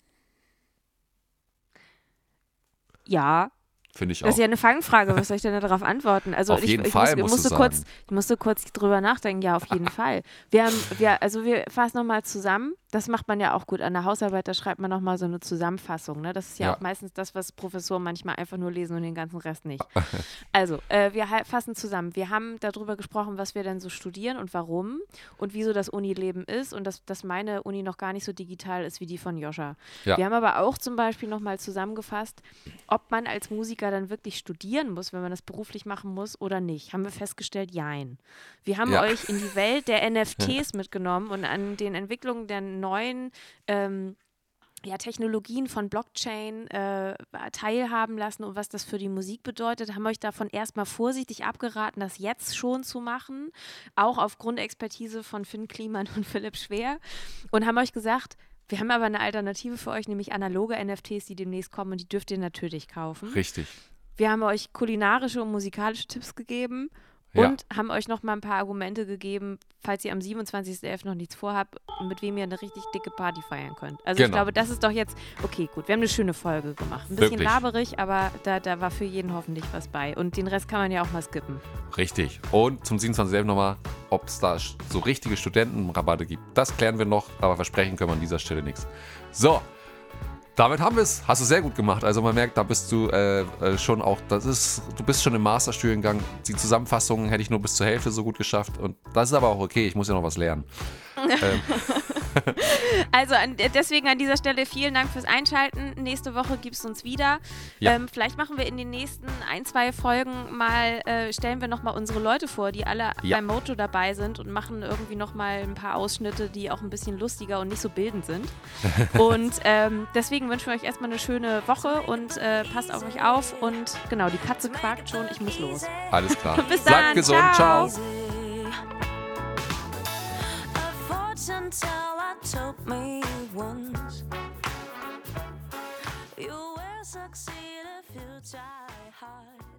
S1: Ja.
S2: Finde ich auch.
S1: Das ist ja eine Fangfrage, was soll ich denn darauf antworten? Also
S2: auf
S1: ich,
S2: jeden
S1: ich,
S2: Fall,
S1: muss, ich,
S2: musst
S1: musste
S2: du
S1: kurz,
S2: sagen.
S1: ich musste kurz drüber nachdenken, ja, auf jeden Fall. Wir haben, wir, also wir fassen nochmal zusammen, das macht man ja auch gut an der Hausarbeit, da schreibt man nochmal so eine Zusammenfassung, ne? Das ist ja,
S2: Ja.
S1: auch meistens das, was Professoren manchmal einfach nur lesen und den ganzen Rest nicht. Also, äh, wir ha- fassen zusammen. Wir haben darüber gesprochen, was wir denn so studieren und warum und wieso das Unileben ist und dass, dass meine Uni noch gar nicht so digital ist wie die von Joscha.
S2: Ja.
S1: Wir haben aber auch zum Beispiel nochmal zusammengefasst, ob man als Musiker dann wirklich studieren muss, wenn man das beruflich machen muss oder nicht. Haben wir festgestellt, jein. Wir haben
S2: Ja.
S1: euch in die Welt der N F Ts mitgenommen und an den Entwicklungen der neuen ähm, ja, Technologien von Blockchain äh, teilhaben lassen und was das für die Musik bedeutet, haben euch davon erstmal vorsichtig abgeraten, das jetzt schon zu machen, auch aufgrund Expertise von Finn Kliman und Philipp Schwer und haben euch gesagt, wir haben aber eine Alternative für euch, nämlich analoge N F Ts, die demnächst kommen und die dürft ihr natürlich kaufen.
S2: Richtig.
S1: Wir haben euch kulinarische und musikalische Tipps gegeben
S2: Ja.
S1: und haben euch noch mal ein paar Argumente gegeben, falls ihr am siebenundzwanzigsten elften noch nichts vorhabt, mit wem ihr eine richtig dicke Party feiern könnt. Also ich
S2: Genau.
S1: glaube, das ist doch jetzt, okay, gut, wir haben eine schöne Folge gemacht. Ein bisschen
S2: Wirklich.
S1: laberig, aber da, da war für jeden hoffentlich was bei. Und den Rest kann man ja auch mal skippen.
S2: Richtig. Und zum siebenundzwanzigsten elften nochmal, ob es da so richtige Studentenrabatte gibt. Das klären wir noch, aber versprechen können wir an dieser Stelle nichts. So, damit haben wir es. Hast du sehr gut gemacht. Also man merkt, da bist du äh, äh, schon auch, das ist, du bist schon im Masterstudiengang. Die Zusammenfassungen hätte ich nur bis zur Hälfte so gut geschafft. Und das ist aber auch okay, ich muss ja noch was lernen. ähm,
S1: Also an, deswegen an dieser Stelle vielen Dank fürs Einschalten. Nächste Woche gibt es uns wieder.
S2: Ja.
S1: Ähm, vielleicht machen wir in den nächsten ein, zwei Folgen mal, äh, stellen wir nochmal unsere Leute vor, die alle
S2: Ja.
S1: beim Moto dabei sind und machen irgendwie nochmal ein paar Ausschnitte, die auch ein bisschen lustiger und nicht so bildend sind. Und ähm, deswegen wünschen wir euch erstmal eine schöne Woche und äh, passt auf euch auf. Und genau, die Katze quakt schon, ich muss los.
S2: alles klar.
S1: Bis
S2: Bleibt
S1: dann,
S2: gesund.
S1: ciao.
S2: Ciao.
S4: A fortune teller told me once you will succeed if you try hard.